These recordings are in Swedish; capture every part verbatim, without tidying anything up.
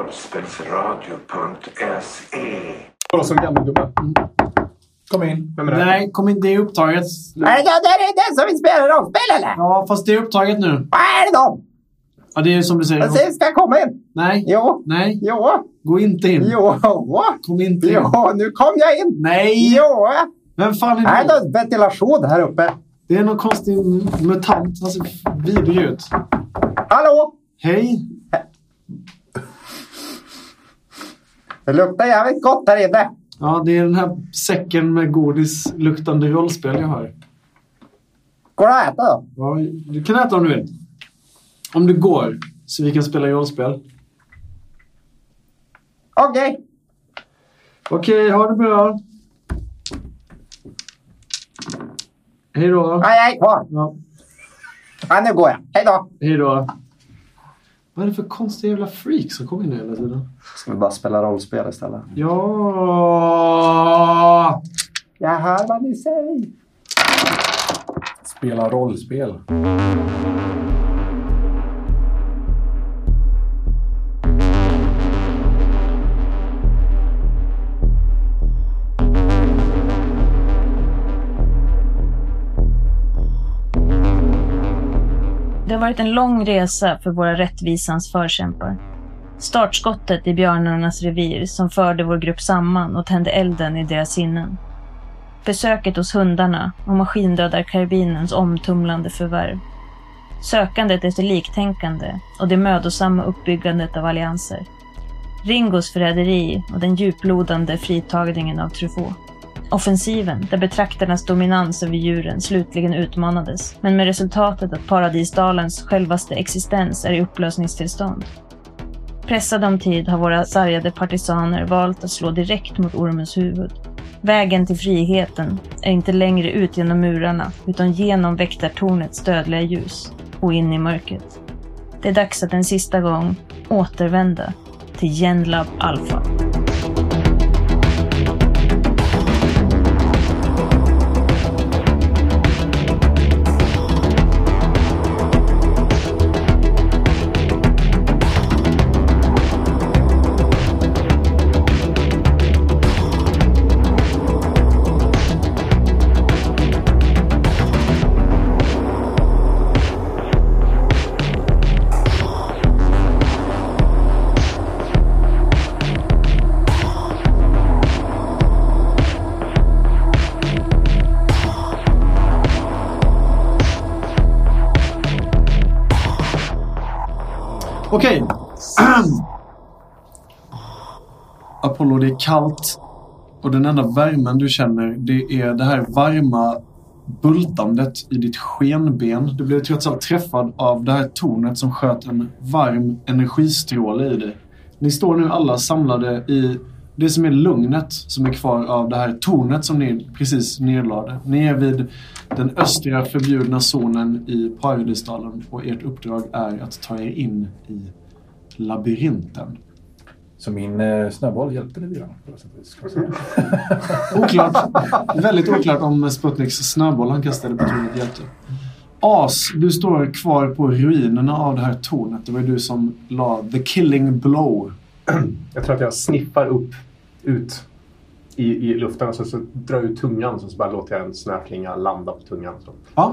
rollspelsradio punkt se. Kolla som gammal gubbe. Kom in. Vem är det? Nej, kom in. Det är upptaget. Är det det den som vill spela rollspel eller? Ja, fast det är upptaget nu. Vad är det då? Ja, det är som du säger. Jag säger, ska jag komma in? Nej. Jo. Nej. Jo. Gå inte in. Jo. Kom inte in. Jo, nu kom jag in. Nej. Jo. Vem fan är det? Är det någon ventilation här uppe? Det är någon konstig mutant. Alltså, vidrig ut. Hallå? Hej. Det luktar jävligt gott här inne. Ja, det är den här säcken med godis luktande rollspel jag har. Går det att äta då? Ja, du kan äta om du vill. Om du går, så vi kan spela rollspel. Okej. Okay. Okej, okay, ha det bra. Hej då. Ja, jag är kvar. Ja. Ja, nu går jag. Hej då. Hej då. Vad är det för konstiga jävla freaks som kommer in hela tiden? Ska vi bara spela rollspel istället? Ja! Jag hör vad ni säger. Spela rollspel. Det har varit en lång resa för våra rättvisans förkämpar. Startskottet i björnarnas revir som förde vår grupp samman och tände elden i deras sinnen. Besöket hos hundarna och maskindödarkarbinens omtumlande förvärv. Sökandet efter liktänkande och det mödosamma uppbyggandet av allianser. Ringos förräderi och den djuplodande fritagningen av Truffaut. Offensiven, där betraktarnas dominans över djuren slutligen utmanades, men med resultatet att Paradisdalens självaste existens är i upplösningstillstånd. Pressade om tid har våra sargade partisaner valt att slå direkt mot ormens huvud. Vägen till friheten är inte längre ut genom murarna, utan genom väktartornets dödliga ljus och in i mörkret. Det är dags att en sista gång återvända till Genlab Alpha. Okej. Apollo, det är kallt. Och den enda värmen du känner, det är det här varma bultandet i ditt skenben. Du blev trots allt träffad av det här tornet som sköt en varm energistråle i dig. Ni står nu alla samlade i det som är lugnet som är kvar av det här tornet som ni precis nedlade. Ni är vid den östra förbjudna zonen i Paradisdalen och ert uppdrag är att ta er in i labyrinten. Så min eh, snöboll hjälpte lite grann. Oklart. Väldigt oklart om Sputniks snöboll han kastade på tornet hjälpte. As, du står kvar på ruinerna av det här tornet. Det var ju du som la the killing blow. Jag tror att jag sniffar upp ut i, i luften och så, så drar jag ut tungan så, så bara låter jag en snöklinga landa på tungan. Så. Ja.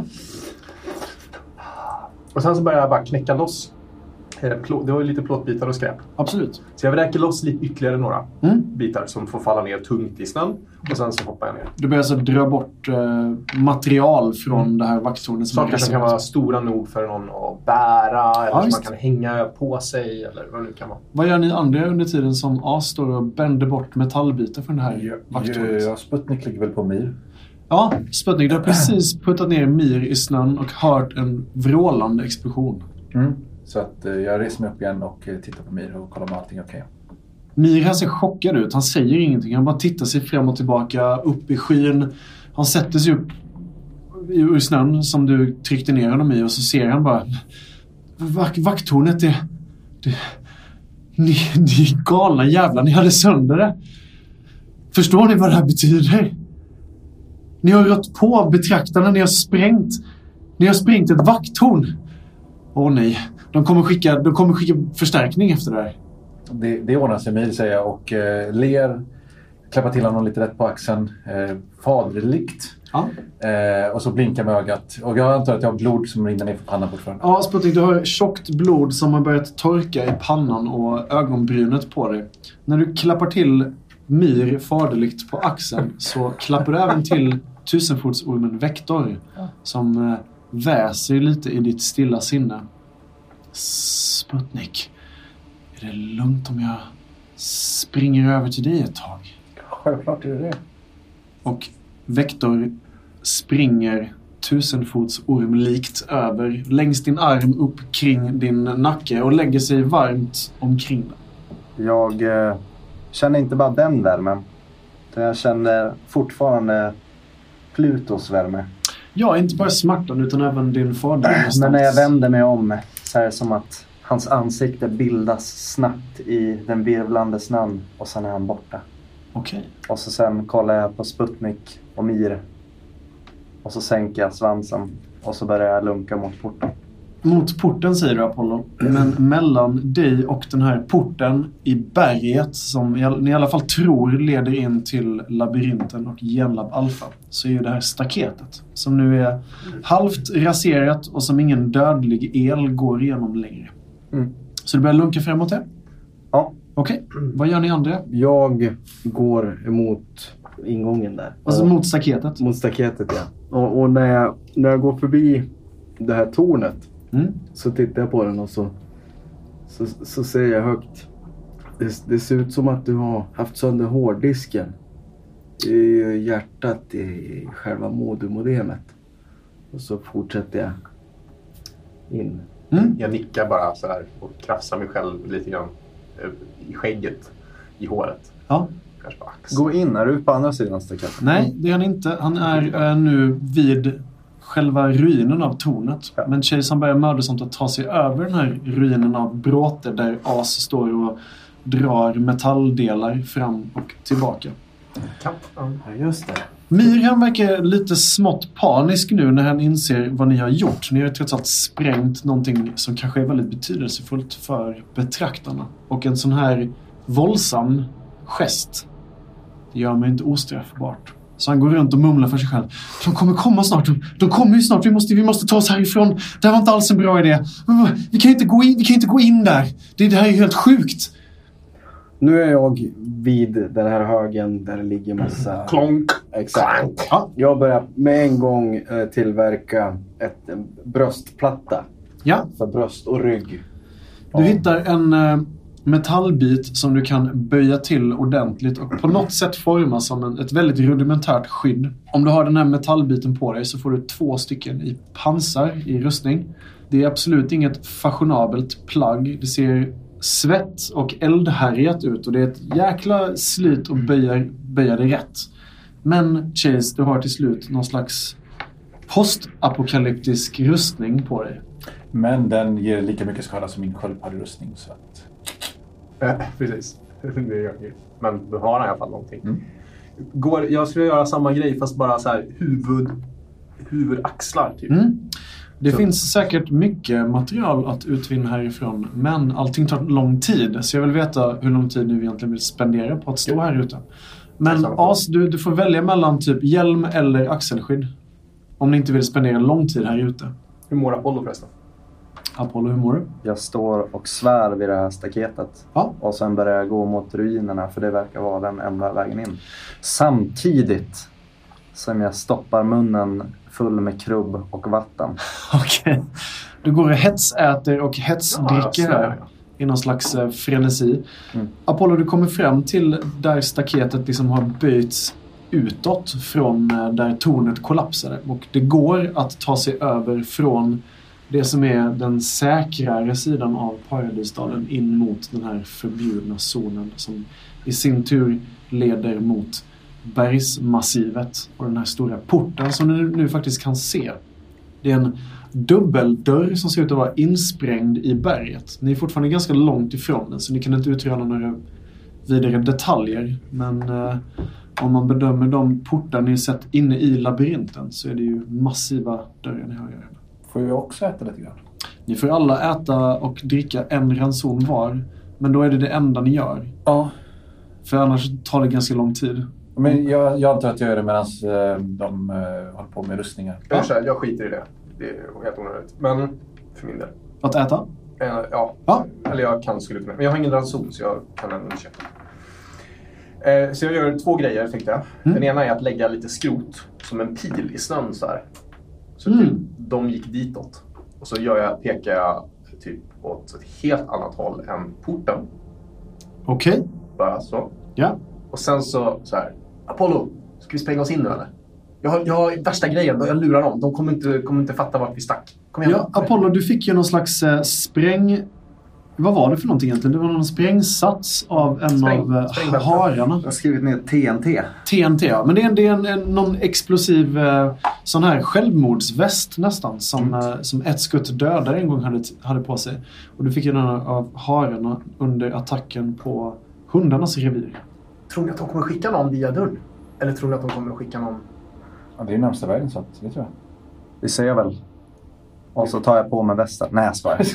Och sen så börjar jag bara knäcka loss. Det var ju lite plåtbitar och skräp. Absolut. Så jag vräker loss lite ytterligare några mm. bitar som får falla ner tungt i snön. Och sen så hoppar jag ner. Du börjar alltså dra bort eh, material från mm. det här vakttornet. Saker som kan vara stora nog för någon att bära. Eller ja, som man kan hänga på sig. Eller vad det nu kan vara. Vad gör ni andra under tiden som As står och bänder bort metallbitar från det här jag, vakttornet? Ja, Sputnik ligger väl på Mir. Ja, Sputnik. Du har precis puttat ner Mir i snön och hört en vrålande explosion. Mm. Så att eh, jag reser mig upp igen och eh, tittar på Mir och kollar om allting är okej. Okay. Mir ser chockad ut. Han säger ingenting. Han bara tittar sig fram och tillbaka upp i skyn. Han sätter sig upp ur snön som du tryckte ner honom i och så ser han bara Vak- vakttornet det, det ni, ni galna jävlar, ni hade sönder det. Förstår ni vad det här betyder? Ni har rött på betraktarna, ni har sprängt ni har sprängt ett vakttorn. Åh nej, de kommer skicka de kommer skicka förstärkning efter det här. det, det ordnar sig, Emil, säger jag. Och eh, ler, klappar till honom lite rätt på axeln. Eh, faderlikt. Ja. Eh, och så blinkar med ögat. Och jag antar att jag har blod som rinner ner för pannan fortfarande. Ja, Sputnik, du har tjockt blod som har börjat torka i pannan och ögonbrynet på dig. När du klappar till Myr faderligt på axeln så klappar du även till tusenfotsormen Vektor som eh, väser lite i ditt stilla sinne. Sputnik, är det lugnt om jag springer över till dig ett tag? Självklart är det det. Och Vektor springer tusenfotsormlikt över längs din arm upp kring din nacke och lägger sig varmt omkring den. Jag eh, känner inte bara den värmen. Jag känner fortfarande Plutos värme. Ja, inte bara smärtan utan även din fader. Men när jag vänder mig om så är det som att hans ansikte bildas snabbt i den virvlande snön och sen är han borta. Okej. Okay. Och så sen kollar jag på Sputnik och Myr. Och så sänker jag svansen och så börjar jag lunka mot porten. Mot porten säger du, Apollo. Men mellan dig och den här porten i berget som ni i alla fall tror leder in till labyrinten och Genlab Alpha så är ju det här staketet som nu är halvt raserat och som ingen dödlig el går igenom längre. Mm. Så du börjar lunka framåt det? Ja. Okej, okay. Vad gör ni andra? Jag går emot ingången där. Alltså och, mot staketet? Mot staketet, ja. Och, och när, jag, när jag går förbi det här tornet mm. så tittar jag på den och så, så, så säger jag högt. Det, det ser ut som att du har haft sönder hårddisken i hjärtat i själva modulmodemet. Och så fortsätter jag in. Mm. Jag nickar bara så här och krafsar mig själv lite grann i skägget, i håret. Ja. Kanske på axeln. Gå in, är du på andra sidan staketet? Nej, det är han inte. Han är äh, nu vid själva ruinen av tornet. Ja. Men kejsaren börjar mödosamt att ta sig över den här ruinen av bråte där As står och drar metalldelar fram och tillbaka. Ja, just det. Myr, han verkar lite smått panisk nu när han inser vad ni har gjort. Ni har trots allt sprängt någonting som kanske är väldigt betydelsefullt för betraktarna. Och en sån här våldsam gest, det gör mig inte ostraffbart. Så han går runt och mumlar för sig själv. De kommer komma snart. De, de kommer ju snart. Vi måste, vi måste ta oss härifrån. Det här var inte alls en bra idé. Vi kan inte gå in, vi kan inte gå in där. Det, det här är helt sjukt. Nu är jag vid den här högen där det ligger massa... Klonk! Exakt. Klonk. Ja. Jag börjar med en gång eh, tillverka ett en bröstplatta. Ja. För bröst och rygg. Du ja. hittar en eh, metallbit som du kan böja till ordentligt och på något sätt forma som en, ett väldigt rudimentärt skydd. Om du har den här metallbiten på dig så får du två stycken i pansar i rustning. Det är absolut inget fashionabelt plagg. Det ser svett och eldhärjat ut och det är ett jäkla slit att böja, böja det rätt. Men Chase, du har till slut någon slags postapokalyptisk rustning på dig. Men den ger lika mycket skada som min sköldpadderustning så att... Äh, precis. Det gör det. Men du har i alla fall någonting. Mm. Går, jag skulle göra samma grej fast bara så här huvud, huvudaxlar typ. Mm. Det så. Finns säkert mycket material att utvinna härifrån. Men allting tar lång tid. Så jag vill veta hur lång tid ni egentligen vill spendera på att stå här ute. Men As, du, du får välja mellan typ hjälm eller axelskydd. Om ni inte vill spendera lång tid här ute. Hur mår Apollo förresten? Apollo, hur mår du? Jag står och svär vid det här staketet. Ja. Och sen börjar jag gå mot ruinerna för det verkar vara den enda vägen in. Samtidigt som jag stoppar munnen full med krubb och vatten. Okej. Okay. Du går och hetsäter och hetsdricker här. Ja, ja. I någon slags uh, frenesi. Mm. Apollo, du kommer fram till där staketet liksom har böjts utåt från uh, där tornet kollapsade. Och det går att ta sig över från det som är den säkrare sidan av Paradisdalen in mot den här förbjudna zonen som i sin tur leder mot bergsmassivet och den här stora porten som du nu faktiskt kan se. Det är en dubbeldörr som ser ut att vara insprängd i berget. Ni är fortfarande ganska långt ifrån den så ni kan inte utröna några vidare detaljer. Men eh, om man bedömer de portar ni sett inne i labyrinten så är det ju massiva dörrar ni har att göra med. Får vi också äta lite grann? Ni får alla äta och dricka en ranson var. Men då är det det enda ni gör. Ja. För annars tar det ganska lång tid. Men jag, jag antar att jag gör det medan eh, de eh, håller på med rustningar. Jag, ja. jag skiter i det. Det är helt onödigt. Men för min del. Att äta? Eh, ja. ja. Eller jag kan skulle kunna. Men jag har ingen ranson så jag kan ändå köpa. Eh, så jag gör två grejer tänkte jag. Mm. Den ena är att lägga lite skrot som en pil i snön så här. Så mm. typ, de gick ditåt. Och så gör jag, pekar jag typ åt ett helt annat håll än porten. Okej. Okay. Bara så. Ja. Och sen så, så här. Apollo, ska vi spränga oss in nu eller? Jag har, jag har värsta grejen, jag lurar dem. De kommer inte, kommer inte fatta vart vi stack. Kom igen. Ja, Apollo, du fick ju någon slags eh, spräng... Vad var det för någonting egentligen? Det var någon sprängsats av en Spräng, av eh, hararna. Jag har skrivit ner T N T. T N T, ja. Men det är, det är en, en, någon explosiv eh, sån här självmordsväst nästan. Som, mm. eh, som ett skutt dödare en gång hade, hade på sig. Och du fick ju den av hararna under attacken på hundarnas revir. Tror ni att de kommer skicka någon via dörren? Eller tror ni att de kommer skicka någon... Ja, det är närmsta vägen så att, det tror jag. Vi ser väl. Och så tar jag på mig västen. Nej, jag svarar.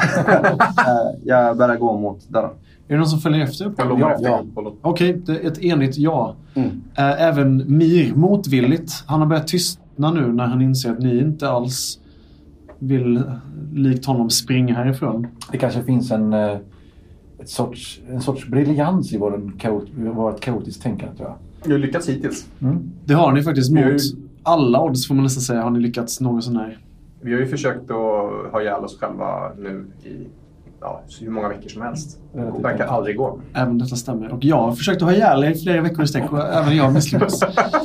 Jag börjar gå mot dörren. Är det någon som följer efter? Jag ja, ja. Okej, okay, ett enigt ja. Mm. Även Mir, motvilligt. Han har börjat tystna nu när han inser att ni inte alls vill likt honom springa härifrån. Det kanske finns en, ett sorts, en sorts briljans i vårt kaot, kaotiskt tänkande, tror jag. Jag har lyckats hittills. Mm. Det har ni faktiskt mot ju... alla odds, får man nästan säga, har ni lyckats något sån här. Vi har ju försökt att ha ihjäl oss själva nu i ja, hur många veckor som helst. Det verkar aldrig gå. Även detta stämmer. Och jag har försökt att ha ihjäl er i flera veckor i sträck och även jag misslyckas.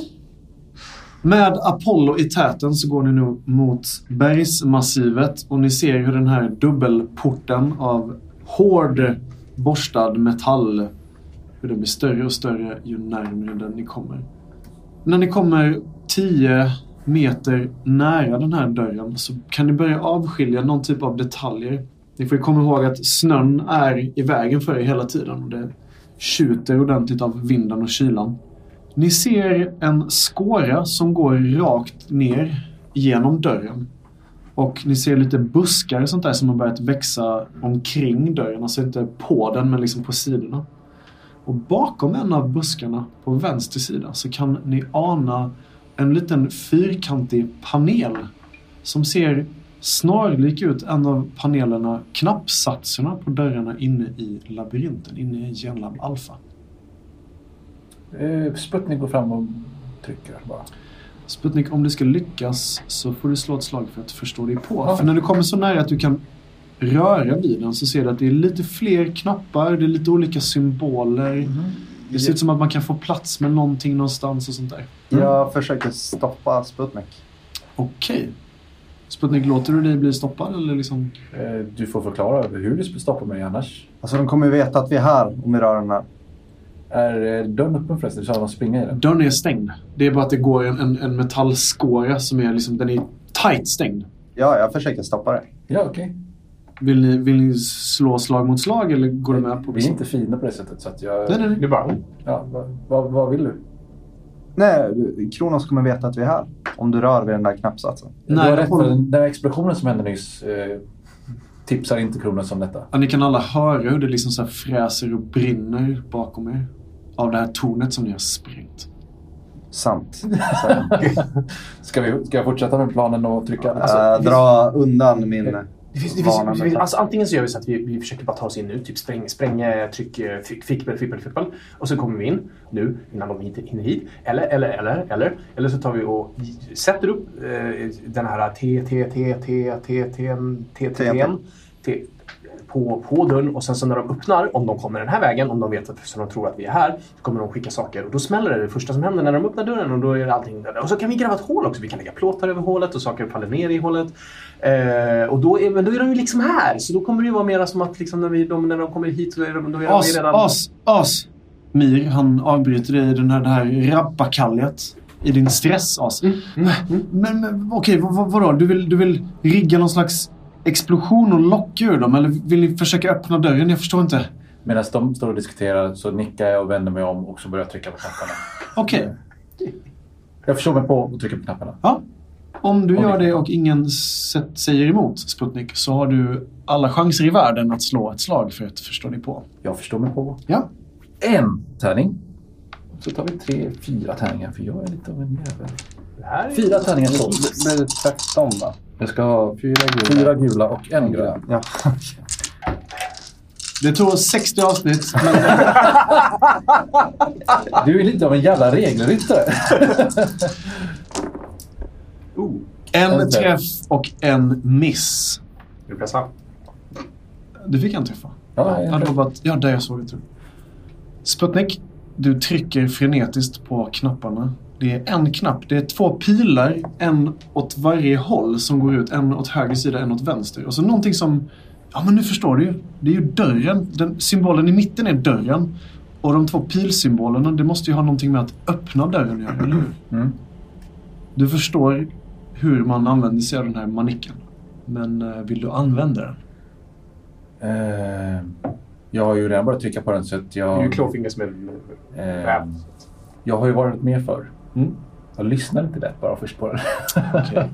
Med Apollo i täten så går ni nu mot bergsmassivet och ni ser hur den här dubbelporten av hård borstad metall, hur den blir större och större ju närmare den ni kommer. När ni kommer tio meter nära den här dörren så kan ni börja avskilja någon typ av detaljer. Ni får komma ihåg att snön är i vägen för er hela tiden och det tjuter ordentligt av vinden och kylan. Ni ser en skåra som går rakt ner genom dörren. Och ni ser lite buskar och sånt där som har börjat växa omkring dörren. Alltså inte på den men liksom på sidorna. Och bakom en av buskarna på vänster sida så kan ni ana en liten fyrkantig panel som ser snarlik ut en av panelerna, knappsatserna på dörrarna inne i labyrinten, inne i Genlab Alpha. Eh, Sputnik går fram och trycker bara. Sputnik, om du ska lyckas så får du slå ett slag för att förstå dig på. Ja. För när du kommer så nära att du kan röra vid den så ser du att det är lite fler knappar, det är lite olika symboler. Mm. Det ser ut som att man kan få plats med någonting någonstans och sånt där. Mm. Jag försöker stoppa Sputnik. Okej. Okay. Sputnik, låter du dig bli stoppad eller liksom? Eh, du får förklara hur du stoppar mig annars. Alltså de kommer ju veta att vi är här om vi rör den här. Är dörren öppen förresten? Du sa att de springer i den. Dörren är stängd. Det är bara att det går en, en, en metallskåra som är liksom, den är tight stängd. Ja, jag försöker stoppa det. Ja, okej. Okay. Vill ni, vill ni slå slag mot slag eller går du med på vi är inte fina på det sättet så att jag... Nej, nej, nej. Det är bara... Ja, vad, vad, vad vill du? Nej, Kronos kommer veta att vi är här. Om du rör vid den där knappsatsen. Nej, det rätt för den där explosionen som hände nyss eh, tipsar inte Kronos om detta. Ja, ni kan alla höra hur det liksom så här fräser och brinner bakom er. Av det här tornet som ni har sprängt. Sant. ska, vi, ska jag fortsätta med planen och trycka? Alltså, äh, dra finns, undan min... Det finns, det finns, det finns, alltså, antingen så gör vi så att vi, vi försöker bara ta oss in nu. Typ spräng, spräng tryck, fick, fippel, fippel, fippel. Och så kommer vi in nu innan de hinner hit. Eller, eller, eller, eller. Eller så tar vi och sätter upp eh, den här T, T, T, T, T, T, T, T, T, På, på dörren och sen så när de öppnar, om de kommer den här vägen, om de vet att så de tror att vi är här, så kommer de skicka saker och då smäller det det första som händer när de öppnar dörren och då är det allting där. Och så kan vi gräva ett hål också, vi kan lägga plåtar över hålet och saker faller ner i hålet. Eh, och då är, men då är de ju liksom här, så då kommer det ju vara mer som att liksom när, vi, de, när de kommer hit så är de, då är as, de redan... As, as! Mir, han avbryter dig i den här, det här rappakallet i din stress, as. Mm, mm, mm. Men, men okej, vad, vad, vadå? Du vill, du vill rigga någon slags explosion och locka ur dem? Eller vill ni försöka öppna dörren? Jag förstår inte. Medan de står och diskuterar så nickar jag och vänder mig om och så börjar jag trycka på knapparna. Okej. Okay. Jag förstår mig på att trycka på knapparna. Ja. Om du Om gör vi- det och ingen sätt- säger emot, Sputnik, så har du alla chanser i världen att slå ett slag för att förstå dig på. Jag förstår mig på. Ja. En tärning. Så tar vi tre, fyra tärningar, för jag är lite av en jävel. Det här är... Fyra tärningar Det tolv. blir tretton va? Jag ska ha Fyra gula. fyra gula och en grön. Ja. Det tog sextio avsnitt, men Du är lite av en jävla regelryttare. Oh, en En träff och en miss. du pressar. Du fick en träffa. Ja, Ja, det var bara att, ja, där jag såg det. Sputnik, du trycker frenetiskt på knapparna. Det är en knapp. Det är två pilar, en åt varje håll som går ut. En åt höger sida, en åt vänster. Och så någonting som... Ja, men nu förstår du ju. Det är ju dörren. Den, symbolen i mitten är dörren. Och de två pilsymbolerna, det måste ju ha någonting med att öppna dörren att göra, eller hur? Mm. Du förstår hur man använder sig av den här manicken. Men eh, vill du använda den? Eh, jag har ju redan börjat trycka på den så att Det är jag... ju Clawfingers med... Eh, jag har ju varit med för. Mm. Jag lyssnar inte lätt bara först på den. Okej.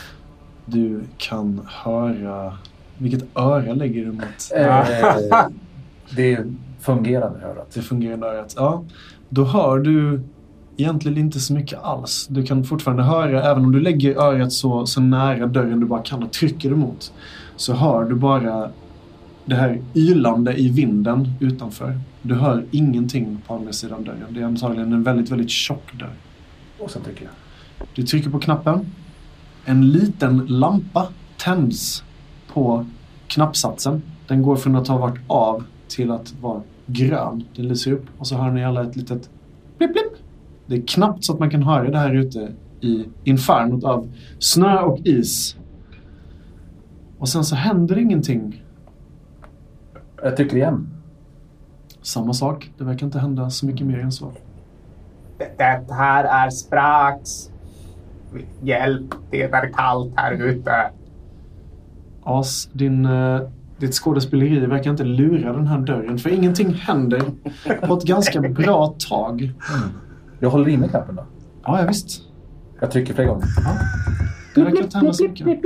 Du kan höra... Vilket öra lägger du mot? eh, det är fungerande örat. Det fungerande örat. Ja. Då hör du egentligen inte så mycket alls. Du kan fortfarande höra, även om du lägger örat så, så nära dörren du bara kan och trycker emot, så hör du bara det här ylande i vinden utanför. Du hör ingenting på andra sidan dörren. Det är antagligen en väldigt, väldigt tjock dörr. Och så tycker jag. Du trycker på knappen. En liten lampa tänds på knappsatsen. Den går från att ha varit av till att vara grön. Den lyser upp och så hör ni alla ett litet blip blip. Det är knappt så att man kan höra det här ute i infernot av snö och is. Och sen så händer ingenting. Jag trycker igen. Samma sak. Det verkar inte hända så mycket mer än så. Det här är Sprax. Hjälp, det är kallt här ute. As, din, eh, ditt skådespeleri verkar inte lura den här dörren. För ingenting händer på ett ganska bra tag. Mm. Jag håller inne knappen då. Ja, ja visst. Jag trycker flera gånger. Ja. Det verkar inte hända så mycket.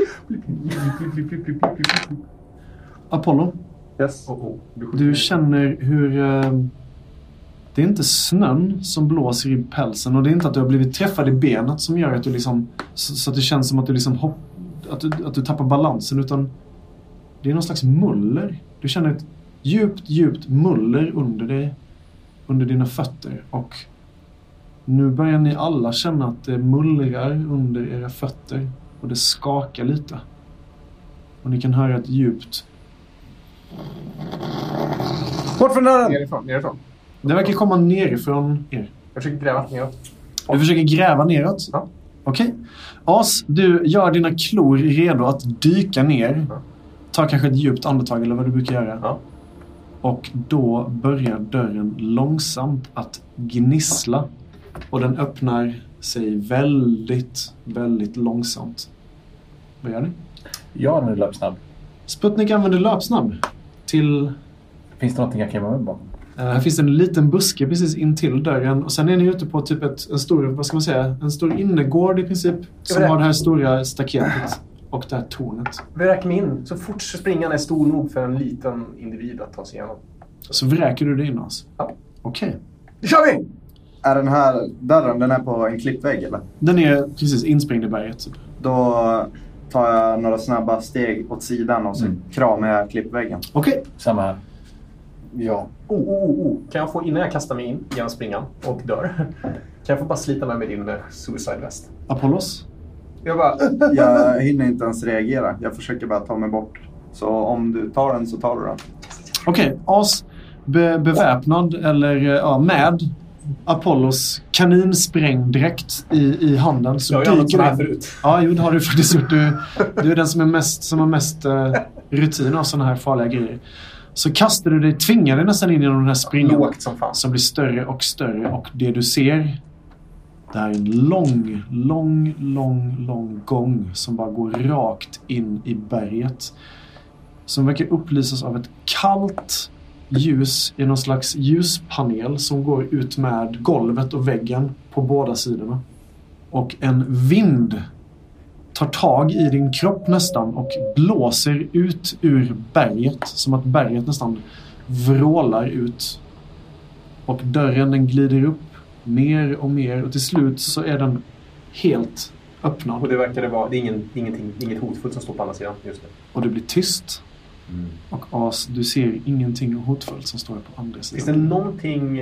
Apollo, Yes. Oh, oh. du känner hur... Eh, det är inte snön som blåser i pälsen. Och det är inte att du har blivit träffad i benet som gör att du liksom... Så, så att det känns som att du liksom hopp, att, du, att du tappar balansen. Utan det är någon slags muller. Du känner ett djupt, djupt muller under dig. Under dina fötter. Och nu börjar ni alla känna att det mullrar under era fötter. Och det skakar lite. Och ni kan höra ett djupt... Bort från dörren! Nerifrån, nerifrån. Det verkar komma nerifrån er. Jag försöker gräva neråt. Du försöker gräva neråt? Ja. Okej. As, du gör dina klor redo att dyka ner. Ja. Ta kanske ett djupt andetag eller vad du brukar göra. Ja. Och då börjar dörren långsamt att gnissla. Och den öppnar sig väldigt, väldigt långsamt. Vad gör ni? Jag är nu löpsnabb. Sputnik använder löpsnabb till... Finns det någonting jag kan gömma mig bakom? Uh, här finns en liten buske precis intill dörren. Och sen är ni ute på typ ett, en stor, vad ska man säga, en stor innergård i princip. Som det. har det här stora staketet och det här tornet. Vräk mig in. Så fort så springan är stor nog för en liten individ att ta sig igenom. Så vräker du det in oss? Ja. Okej. Nu kör vi! Är den här dörren, den är på en klippvägg eller? Den är precis insprängd i berget. Typ. Då tar jag några snabba steg åt sidan och så Mm. kramar jag klippväggen. Okej. Samma här. Ja. Oh, oh, oh, oh. Kan jag få, innan jag kastar mig in genom springan och dör, kan jag få bara slita mig med din eh, suicide vest? Apollos? Jag bara... Jag hinner inte ens reagera. Jag försöker bara ta mig bort. Så om du tar den så tar du den. Okej. As be- beväpnad eller ja, med Apollos kaninsprängdräkt i, i handen. Så Jag har ju använt dyker sån här in. förut. Ja, jo, det har du faktiskt gjort. Du, du är den som, är mest, som har mest uh, rutin av sådana här farliga grejer. Så kastar du dig, tvingar dig nästan in genom den här springan. Lågt som fan. Som blir större och större. Och det du ser, det här är en lång, lång, lång, lång gång som bara går rakt in i berget. Som verkar upplysas av ett kallt ljus i någon slags ljuspanel som går ut med golvet och väggen på båda sidorna. Och en vind tar tag i din kropp nästan och blåser ut ur berget. Som att berget nästan vrålar ut. Och dörren den glider upp mer och mer. Och till slut så är den helt öppnad. Och det verkar det vara, det är ingen, ingenting, inget hotfullt som står på andra sidan just nu. Och det blir tyst. Mm. Och As, du ser ingenting hotfullt som står på andra sidan. Finns det någonting,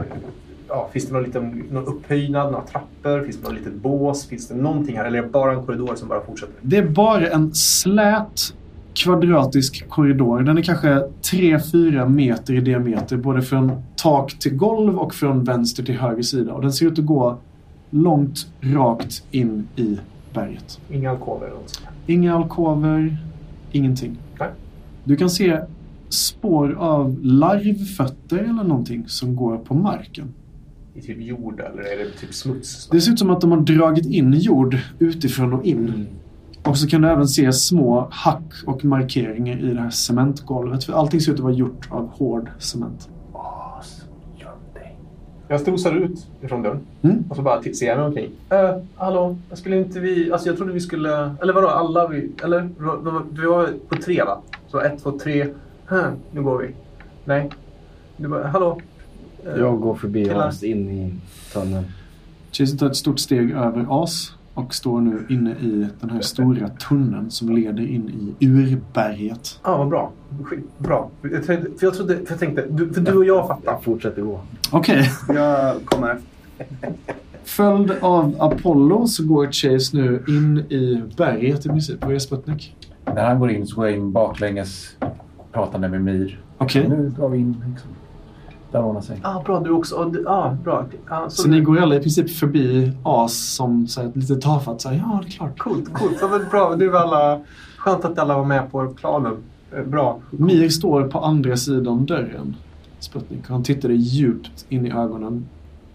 ja, finns det någon liten någon upphöjnad, några trappor, finns det någon litet bås, finns det någonting här eller är det bara en korridor som bara fortsätter? Det är bara en slät kvadratisk korridor. Den är kanske tre fyra meter i diameter både från tak till golv och från vänster till höger sida. Och den ser ut att gå långt rakt in i berget. Inga alkover eller något. Inga alkover, ingenting. Nej. Du kan se spår av larvfötter eller någonting som går på marken. I typ jord eller är det typ smuts? Det ser ut som att de har dragit in jord utifrån och in. Mm. Och så kan du även se små hack och markeringar i det här cementgolvet. För allting ser ut att vara gjort av hård cement. Åh, göm dig. Jag strosar ut ifrån dörren. Mm. Och så bara ser jag mig omkring. Äh, hallå, jag skulle inte vi... Alltså jag trodde vi skulle... Eller vadå, alla vi... Eller? Vi var på tre va? Så ett, två, tre. Huh, nu går vi. Nej. Du bara, hallå. Jag går förbi Killar. As in i tunneln. Jason tar ett stort steg över As och står nu inne i den här stora tunneln som leder in i urberget. Ja, ah, vad bra. Bra. För jag, för jag trodde, för jag tänkte, du, för du och jag fattar. Jag fortsätter gå. Okej. Okay. Jag kommer efter. Följd av Apollo så går Chase nu in i berget i princip. Vad är Sputnik? När han går in så går jag in baklänges pratande med Mir. Okej. Okay. Nu går vi in liksom. Där ordnar sig. Ja, ah, bra. Du också. Ja, ah, bra. Ah, så så du... ni går alla i princip förbi As som så här, lite tafatt säger ja, det är klart. Coolt, coolt. Ja, men bra. Det är alla... Skönt att alla var med på planen. Bra. Mir står på andra sidan dörren. Sputnik. Han tittar dig djupt in i ögonen.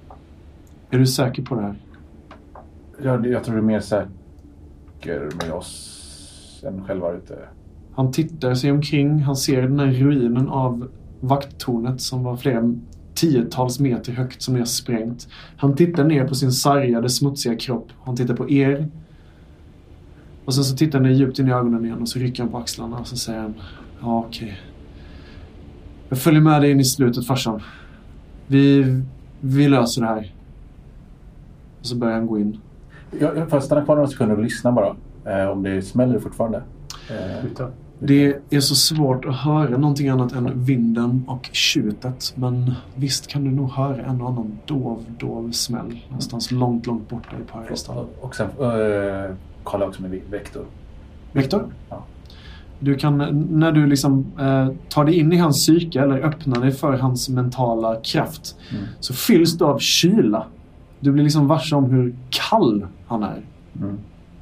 Är du säker på det här? Jag, jag tror du är mer säker med oss än själva ute. Han tittar sig omkring. Han ser den här ruinen av vakttornet som var flera tiotals meter högt som är sprängt. Han tittar ner på sin sargade, smutsiga kropp. Han tittar på er. Och sen så tittar han djupt in i ögonen igen och så rycker han på axlarna och så säger han ja okej. Okay. Jag följer med dig in i slutet, farsan. Vi, vi löser det här. Och så börjar han gå in. Jag, jag får stanna kvar några sekunder och lyssna bara. Eh, om det smäller fortfarande. Eh, Det är så svårt att höra någonting annat än vinden och tjutet. Men visst kan du nog höra en och annan dov, dov smäll. Någonstans långt, långt borta i Pyrestal. Och sen äh, kolla också med Vektor. Vektor? Ja. Du kan, när du liksom äh, tar dig in i hans psyke eller öppnar dig för hans mentala kraft. Mm. Så fylls du av kyla. Du blir liksom varse om hur kall han är. Mm.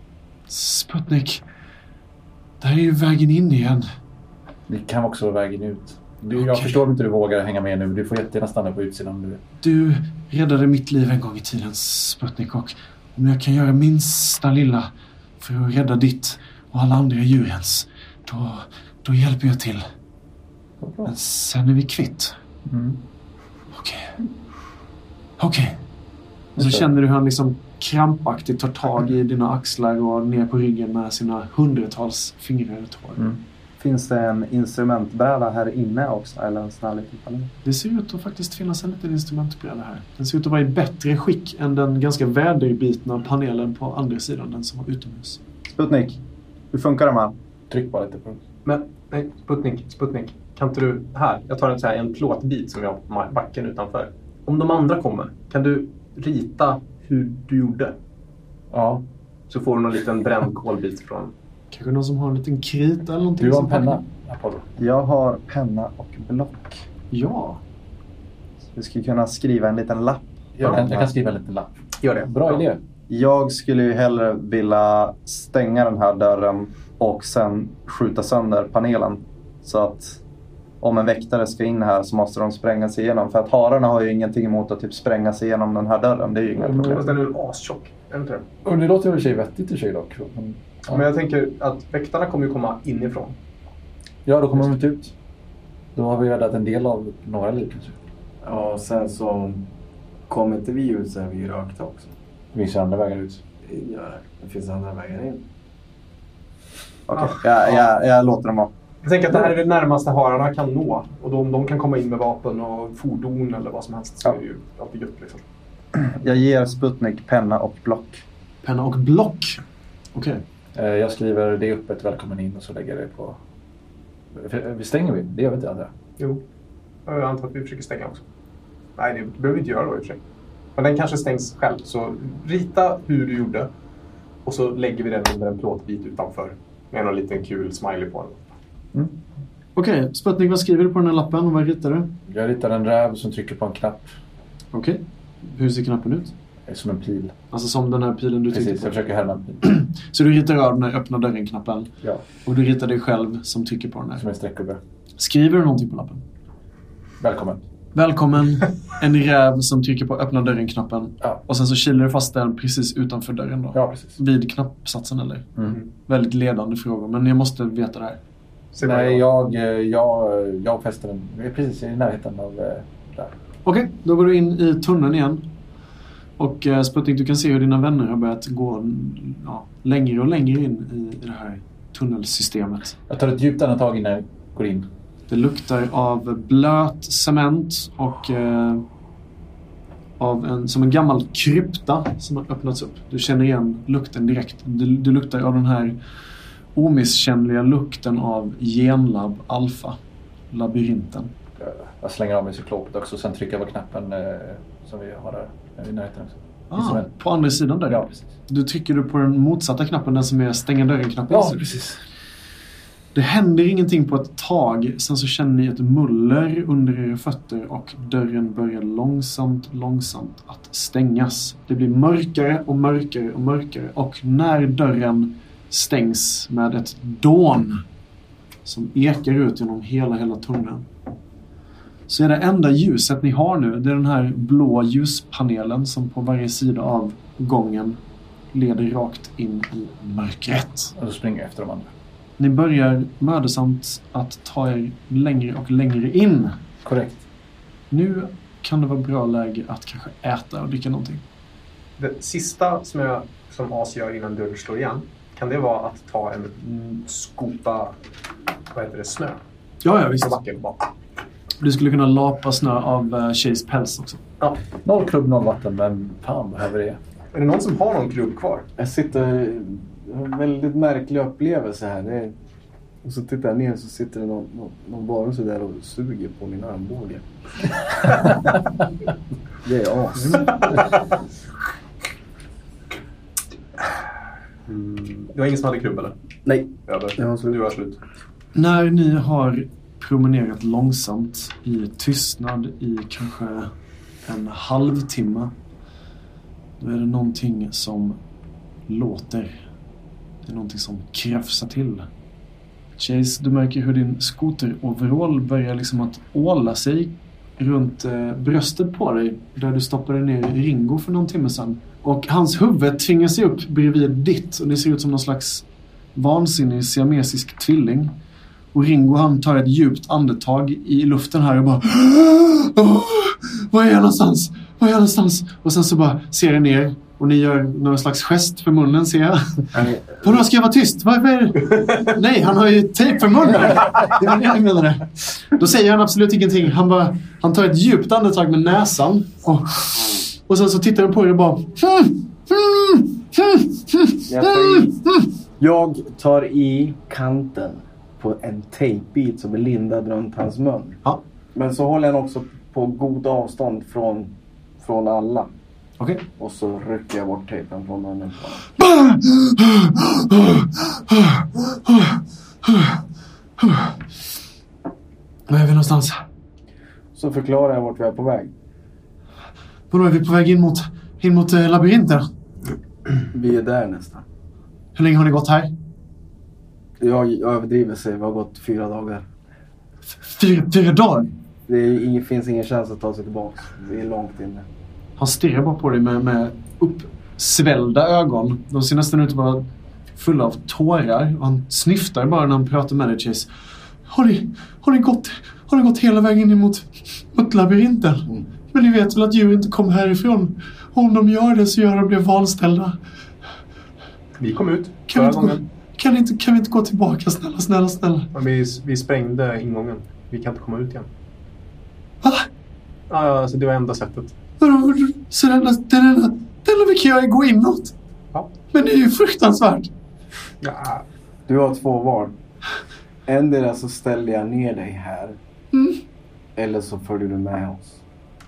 Sputnik... Det här är ju vägen in igen. Det kan också vara vägen ut. Du, okay. Jag förstår inte hur du vågar hänga med nu. Du får jättegärna stanna på utsidan. Du, du räddade mitt liv en gång i tiden, Sputnik. Och om jag kan göra minsta lilla för att rädda ditt och alla andra djurens, då, då hjälper jag till. Okay. Men sen är vi kvitt. Mm. Okej. Okay. Okej. Okay. Och så känner du hur han liksom krampaktigt tar tag i dina axlar och ner på ryggen med sina hundratals fingrar och tår. Mm. Finns det en instrumentbräda här inne också? Eller en sån här liten panel? Det ser ut att faktiskt finnas en liten instrumentbräda här. Den ser ut att vara i bättre skick än den ganska väderbitna panelen på andra sidan, den som var utomhus. Sputnik, hur funkar de här? Tryck bara lite på den. Men, nej, Sputnik, Sputnik. Kan inte du, här, jag tar en, så här, en plåtbit som jag har på backen utanför. Om de andra kommer, kan du rita hur du gjorde? Ja. Så får du någon liten bränd kolbit från... Kanske någon som har en liten krita eller någonting. Du har en penna, Apollo. Jag har penna och block. Ja. Så vi skulle kunna skriva en liten lapp. Jag kan, jag kan skriva en liten lapp. Gör det. Bra idé. Jag skulle ju hellre vilja stänga den här dörren och sen skjuta sönder panelen. Så att om en väktare ska in här så måste de spränga sig igenom. För att hararna har ju ingenting emot att typ spränga sig igenom den här dörren. Det är ju inga mm, problem. Den är ju astjock. Och det låter ju i och för sig vettigt i sig dock. Men, ja. Men jag tänker att väktarna kommer ju komma inifrån. Ja, då kommer de inte ut. Då har vi räddat en del av några liv kanske. Ja, och sen så kommer inte vi ut så är vi rökta också. Det finns andra vägar ut. Ja, det finns andra vägar in. Okej, okay. jag, jag, jag låter dem vara. Jag tänker att det här är det närmaste hararna kan nå. Och då, om de kan komma in med vapen och fordon eller vad som helst så ja. är det ju alltid gött liksom. Jag ger Sputnik penna och block. Penna och block? Okej. Okay. Jag skriver det öppet, välkommen in och så lägger jag det på... Vi stänger vi? Det gör vi inte andra. Jo, jag antar att vi försöker stänga också. Nej, det behöver vi inte göra då i och för sig. Men den kanske stängs själv. Så rita hur du gjorde. Och så lägger vi den under en plåtbit utanför. Med en liten kul smiley på den. Mm. Okej, okay. Sputnik, vad skriver du på den här lappen och vad ritar du? Jag ritar en räv som trycker på en knapp. Okej. Okay. Hur ser knappen ut? Det är som en pil. Alltså som den här pilen du trycker Precis, på? jag försöker härma en pil. Så du ritar av den här öppna dörren-knappen? Ja. Och du ritar dig själv som trycker på den här? Som en streckgubbe. Skriver du någonting på lappen? Välkommen. Välkommen, en räv som trycker på öppna dörren-knappen. Ja. Och sen så kilar du fast den precis utanför dörren då? Ja, precis. Vid knappsatsen eller? Mm. Väldigt ledande fråga, men jag måste veta det här. Nej, jag, jag, jag fäster den. Vi är precis i närheten av där. Okej, okay, då går du in i tunneln igen. Och uh, Sputnik, du kan se hur dina vänner har börjat gå ja, längre och längre in i, i det här tunnelsystemet. Jag tar ett djupt andetag innan jag går in. Det luktar av blöt cement och uh, av en, som en gammal krypta som har öppnats upp. Du känner igen lukten direkt. Du, du luktar av den här omisskännliga lukten av genlab alfa, labyrinten. Jag slänger av mig cyklopet också och sen trycker jag på knappen eh, som vi har där i närheten också. Ah, på andra sidan där? Ja, precis. Du trycker du på den motsatta knappen, den som är stänga dörren-knappen? Ja, precis. Det händer ingenting på ett tag. Sen så känner ni ett muller under era fötter och dörren börjar långsamt, långsamt att stängas. Det blir mörkare och mörkare och mörkare. Och när dörren stängs med ett dån som ekar ut genom hela, hela tunneln, så är det enda ljuset ni har nu, det är den här blå ljuspanelen som på varje sida av gången leder rakt in i mörkret. Och så springer jag efter de andra. Ni börjar mödosamt att ta er längre och längre in. Korrekt. Nu kan det vara bra läge att kanske äta och dricka någonting. Det sista som jag som As gör innan dörren slår igen, kan det vara att ta en skota, vad heter det, snö? Ja, ja, visst. Backen, bara. Du skulle kunna lapa snö av uh, Chase päls också. Ja. Noll klubb, noll vatten, men fan behöver det. Är det någon som har någon klubb kvar? Jag sitter... Jag har en väldigt märklig upplevelse här. Det är, och så tittar jag ner så sitter det någon, någon, någon varelse där och suger på min armbåge. Det är as. Mm. Det var ingen som hade klubb eller? Nej. Över. Jag har slut. Du har slut. När ni har promenerat långsamt i tystnad i kanske en halvtimme, då är det någonting som låter. Det är någonting som kräfsar till. Chase, du märker hur din skoteroverall börjar liksom att åla sig runt eh, bröstet på dig, där du stoppade ner Ringo för någon timme sedan. Och hans huvud tvingar sig upp bredvid ditt och det ser ut som någon slags vansinnig siamesisk tvilling. Och Ringo, han tar ett djupt andetag i luften här och bara oh, vad är jag någonstans? Vad är jag någonstans? Och sen så bara ser jag ner och ni gör någon slags gest för munnen, ser jag. Vadå, ska jag vara tyst? Varför är det? Nej, han har ju tejp för munnen. Det var det jag menade. Då säger han absolut ingenting. Han bara, han tar ett djupt andetag med näsan och, och sen så tittar han på er och bara jag tar i, jag tar i kanten på en tejpbit som är lindad runt hans mun. Ja. Men så håller han också på god avstånd från, från alla. Okej. Okay. Och så rycker jag bort tejpen från munnen på Var är vi någonstans? Så förklarar jag vart vi är på väg. Vadå, är vi på väg in mot, in mot äh, labyrinten? Vi är där nästan. Hur länge har ni gått här? Jag, jag överdriver sig, vi har gått fyra dagar. Fyra, fyra dagar? Det är ingen, finns ingen chans att ta sig tillbaka. Vi är långt inne. Han stirrar bara på dig med, med uppsvällda ögon. De ser nästan ut att vara fulla av tårar. Och han snyftar bara när han pratar med dig, Chase. Har ni, har ni, gått, har ni gått hela vägen in mot, mot labyrinten? Mm. Men ni vet väl att djur inte kommer härifrån. Om de gör det så gör de blir vanställda. Vi kom ut. Kan vi, inte gå, kan Kan, inte, kan vi inte gå tillbaka? Snälla, snälla, snälla. Ja, vi, vi sprängde ingången. Vi kan inte komma ut igen. Va? Ja, alltså det var enda sättet. Så den enda vi kan göra är gå inåt? Ja. Men det är ju fruktansvärt. Ja. Du har två val. Ändå så ställer jag ner dig här. Mm. Eller så följer du med oss.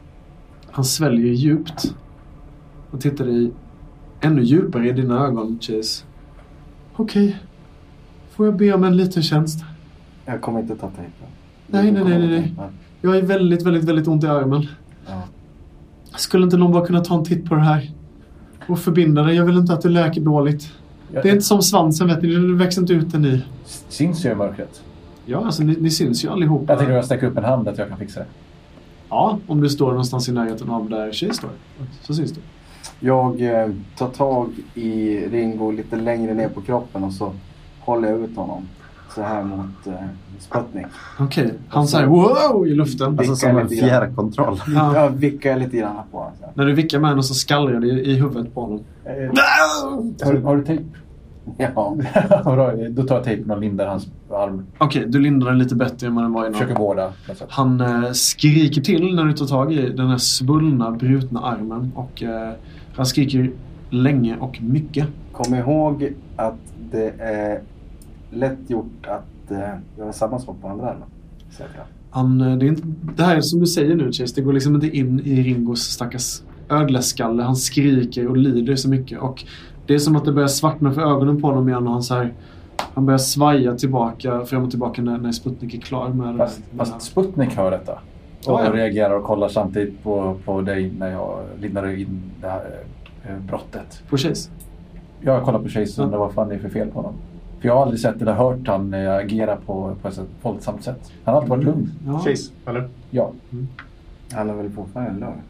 Han sväljer djupt. Och tittar i ännu djupare i dina ögon, Chase. Okej. Okay. Får jag be om en liten tjänst? Jag kommer inte ta tejpen. Nej, nej, nej, nej. Jag är väldigt, väldigt, väldigt ont i armen. Ja. Skulle inte någon bara kunna ta en titt på det här? Och förbinda det. Jag vill inte att du läker dåligt. Jag, det är inte som svansen, vet ni. Du växer inte ut den i. Syns ju i mörkret. Ja, alltså ni, ni syns ju allihopa. Jag tänker att jag sträcker upp en hand att jag kan fixa det. Ja, om du står någonstans i närheten av där Tjej står. Så syns det. Jag eh, tar tag i Ringo lite längre ner på kroppen och så håller jag ut honom. Så här mot eh, Sputnik. Okej, okay. Han säger wow i luften. Alltså som en fjärrkontroll. Ja. Jag vickar lite grann på honom. När du vickar med honom så skallrar det i huvudet på honom. Eh, har, du, har du tejp? Ja. Då tar jag tejpen och lindar hans arm. Okej, okay, du lindar den lite bättre än vad den var innan. Försöker vårda. Han eh, skriker till när du tar tag i den här svullna, brutna armen. Och eh, han skriker länge och mycket. Kom ihåg att det är lätt gjort att eh, göra samma sak på andra armen. Han, det, är inte, det här är som du säger nu, Chase. Det går liksom inte in i Ringos stackars ödleskalle. Han skriker och lider så mycket. Och det är som att det börjar svartna för ögonen på honom igen. Och han, så här, han börjar svaja tillbaka, fram och tillbaka när, när Sputnik är klar med fast, det. Fast Sputnik hör detta. Och ja, ja. reagerar och kollar samtidigt på, på dig när jag lindar in det här eh, brottet. På Chase? Jag kollar på Chase och undrar vad fan det är för fel på honom. För jag har aldrig sett eller hört han agera på, på ett våldsamt sätt. Han har alltid varit lugn. Ja. Chase, eller? Ja. Mm. Han är väl fortfarande lugn?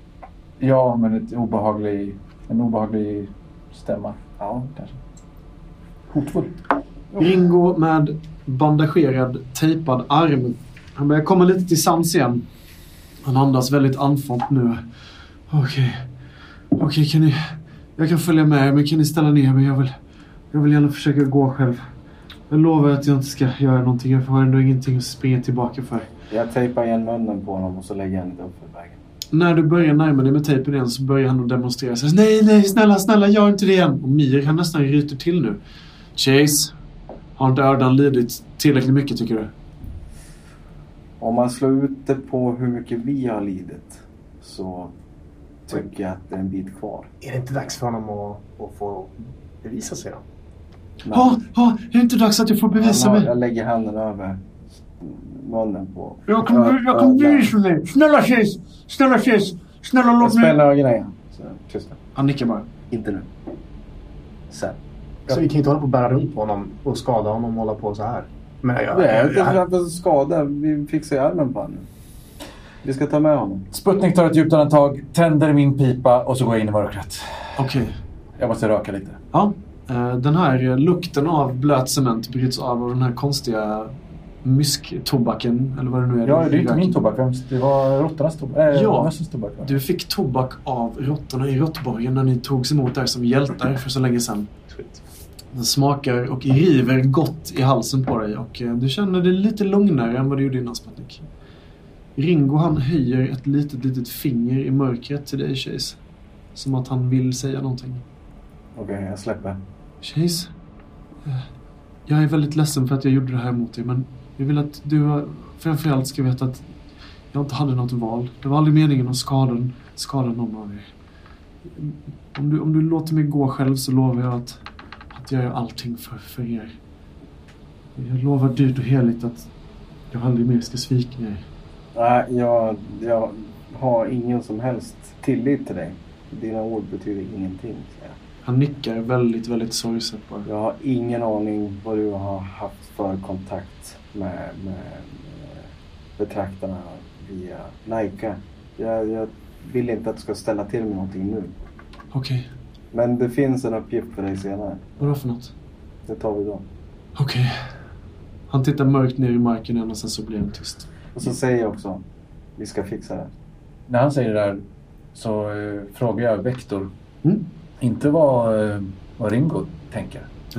Ja, men ett obehaglig, en obehaglig stämma. Ja, kanske. Hotfull. Ringo med bandagerad, tejpad arm. Han börjar komma lite till sans igen. Han andas väldigt andfått nu. Okej. Okay. Okej, okay, kan ni... Jag kan följa med, men kan ni ställa ner mig? Jag vill... Jag vill gärna försöka gå själv. Jag lovar att jag inte ska göra någonting. Jag har ändå ingenting att springa tillbaka för. Jag tejpar igen munnen på honom och så lägger jag inte upp för vägen. När du börjar närma dig med tejpen igen så börjar han att demonstrera. Så, nej, nej, snälla, snälla, gör inte det igen. Och Mir, han nästan ryter till nu. Chase, har inte Ördan lidit tillräckligt mycket, tycker du? Om man slår ut det på hur mycket vi har lidit så tycker jag att det är en bit kvar. Är det inte dags för honom att, att få bevisa sig då? Ja, ja, är det inte dags att jag får bevisa har, mig? Jag lägger handen över munnen på... Jag kan, jag kan bevisa mig. Snälla Chase, snälla Chase, snälla låt mig... Jag spänner ögonen igen. Så, tysta. Han nickar bara. Inte nu. Sen. Så vi kan inte hålla på att bära runt på honom och skada honom och hålla på så här. Men jag, jag, Nej, jag, jag, jag, jag, jag skada. Vi fixar armen på honom. Vi ska ta med honom. Sputnik tar ett djupt andetag, tänder min pipa och så går jag in i mörkret. Okej. Okay. Jag måste röka lite. Ja, den här lukten av blöt cement bryts av av den här konstiga mysktobaken, eller vad det nu är. Ja, det är inte min tobak. Det var råttornas tobak. Äh, ja, tobak. Du fick tobak av råttorna i Råttborgen när ni togs emot där som hjältar för så länge sedan. Den smakar och river gott i halsen på dig och du känner dig lite lugnare än vad du gjorde innan, Sputnik. Ringo, han höjer ett litet, litet finger i mörkret till dig, Chase. Som att han vill säga någonting. Okej, okay, jag släpper. Chase, jag är väldigt ledsen för att jag gjorde det här mot dig, men jag vill att du framförallt ska veta att jag inte hade något val. Det var aldrig meningen att skada, skada någon av er. Om du, om du låter mig gå själv så lovar jag att, att jag gör allting för, för er. Jag lovar dyrt och heligt att jag aldrig mer ska svika er. Nej, jag, jag har ingen som helst tillit till dig. Dina ord betyder ingenting. Han nickar väldigt, väldigt sorgset bara. Jag har ingen aning vad du har haft för kontakt med, med, med betraktarna via Laika. Jag, jag vill inte att du ska ställa till med någonting nu. Okej. Okay. Men det finns en uppgift för dig senare. Vadå för något? Det tar vi då. Okej. Okay. Han tittar mörkt ner i marken igen och sen så blir han tyst. Och så säger jag också, vi ska fixa det. När han säger det där så eh, frågar jag Vector. Mm. Inte vad, eh, vad Ringo tänker. Nej.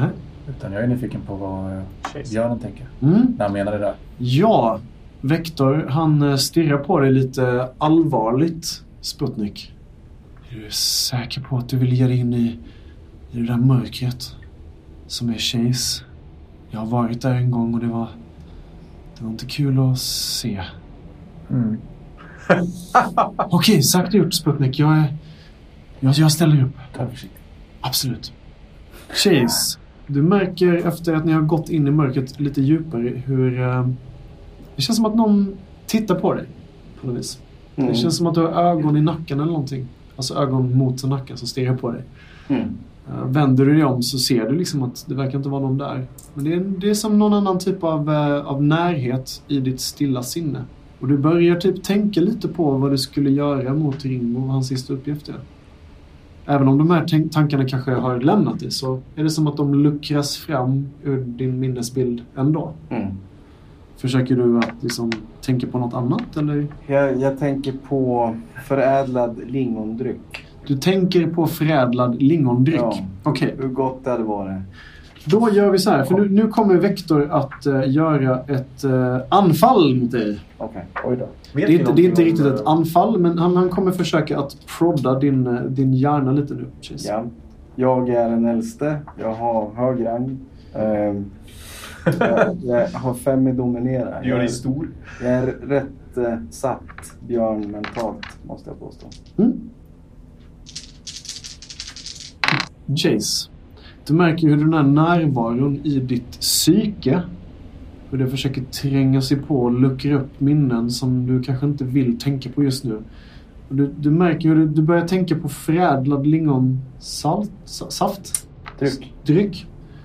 Utan jag är nyfiken på vad eh, Björnen tänker. Mm. När han menar det där. Ja, Vektor, han stirrar på dig lite allvarligt, Sputnik. Är du säker på att du vill ge dig in i, i det där mörkret som är Chase? Jag har varit där en gång och det var, det var inte kul att se. Mm. Okej, sagt och gjort, Sputnik. Jag, är, jag, jag ställer upp. Ta försiktigt. Absolut. Chase, du märker efter att ni har gått in i mörkret lite djupare hur eh, det känns som att någon tittar på dig på något vis. Mm. Det känns som att du har ögon i nacken eller någonting. Alltså ögon mot nacken som stirrar på dig. Mm. Uh, vänder du dig om så ser du liksom att det verkar inte vara någon där. Men det är, det är som någon annan typ av, uh, av närhet i ditt stilla sinne. Och du börjar typ tänka lite på vad du skulle göra mot Ringo och hans sista uppgift är. Även om de här t- tankarna kanske har lämnat dig så är det som att de luckras fram ur din minnesbild ändå. Mm. Försöker du att liksom tänka på något annat eller? Jag, jag tänker på förädlad lingondryck. Du tänker på förädlad lingondryck? Ja. Okej. Hur gott det hade varit. Då gör vi så här, för nu, nu kommer Vektor att uh, göra ett uh, anfall mot dig. Okej. Oj då. Det är inte, det är inte riktigt ett anfall, men han, han kommer försöka att prodda din, uh, din hjärna lite nu. Chase. Ja. Jag är den äldste. Jag har hög rang. Um, jag, jag har fem i dominera. Gör dig Jag, stor. jag är rätt uh, satt björn mentalt, måste jag påstå. Mm. Chase, du märker hur den här närvaron i ditt psyke, hur det försöker tränga sig på och luckra upp minnen som du kanske inte vill tänka på just nu. Och du, du märker hur du, du börjar tänka på förädlad lingonsalt, saft, Dryck. dryck.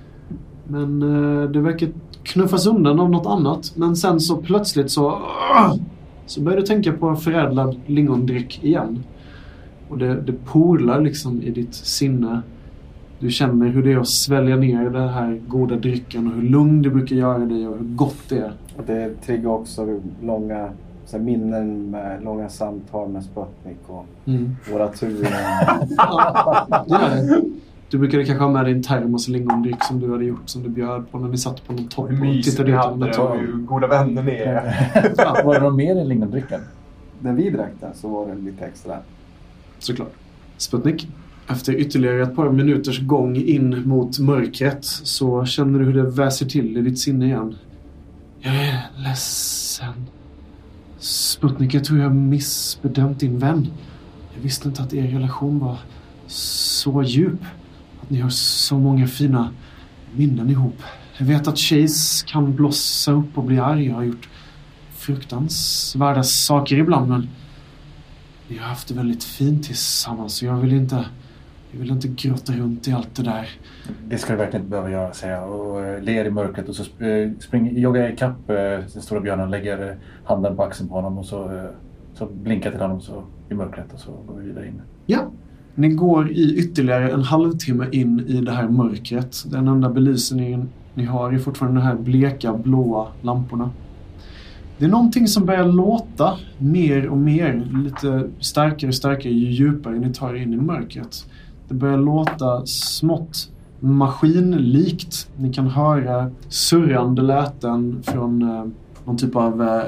Men uh, det verkar knuffas undan av något annat. Men sen så plötsligt så uh, så börjar du tänka på förädlad lingondryck igen. Och det, det porlar liksom i ditt sinne. Du känner hur det är att svälja ner den här goda drycken och hur lugn det brukar göra dig och hur gott det är. Och det triggar också långa så här, minnen med långa samtal med Sputnik och Mm. våra turer. Ja, det är det. Du brukade kanske ha med dig en termos lingondryck som du hade gjort, som du bjöd på när ni satt på någon topp Hur och mysigt tittade vi ut hade över det och något. hur goda vänner ni är. Ja, var det någon mer i lingondrycken? När vi drack den så var det lite extra. Såklart. Sputnik, efter ytterligare ett par minuters gång in mot mörkret så känner du hur det väser till i ditt sinne igen. Jag är ledsen. Sputnik, jag tror jag missbedömt din vän. Jag visste inte att er relation var så djup. Att ni har så många fina minnen ihop. Jag vet att Chase kan blossa upp och bli arg. Jag har gjort fruktansvärda saker ibland, men vi har haft det väldigt fint tillsammans. Så jag vill inte, jag vill inte grotta runt i allt det där. Det ska du verkligen inte behöva göra, säger jag. Och eh, ler i mörkret och så eh, springer, joggar jag ikapp eh, den stora björnen och lägger eh, handen på axeln på honom och så, eh, så blinkar till honom så, i mörkret och så går vi vidare in. Ja, ni går i ytterligare en halvtimme in i det här mörkret. Den enda belysningen ni har är fortfarande de här bleka, blåa lamporna. Det är någonting som börjar låta mer och mer, lite starkare och starkare ju djupare ni tar in i mörkret. Det börjar låta smått maskinlikt. Ni kan höra surrande läten från eh, någon typ av eh,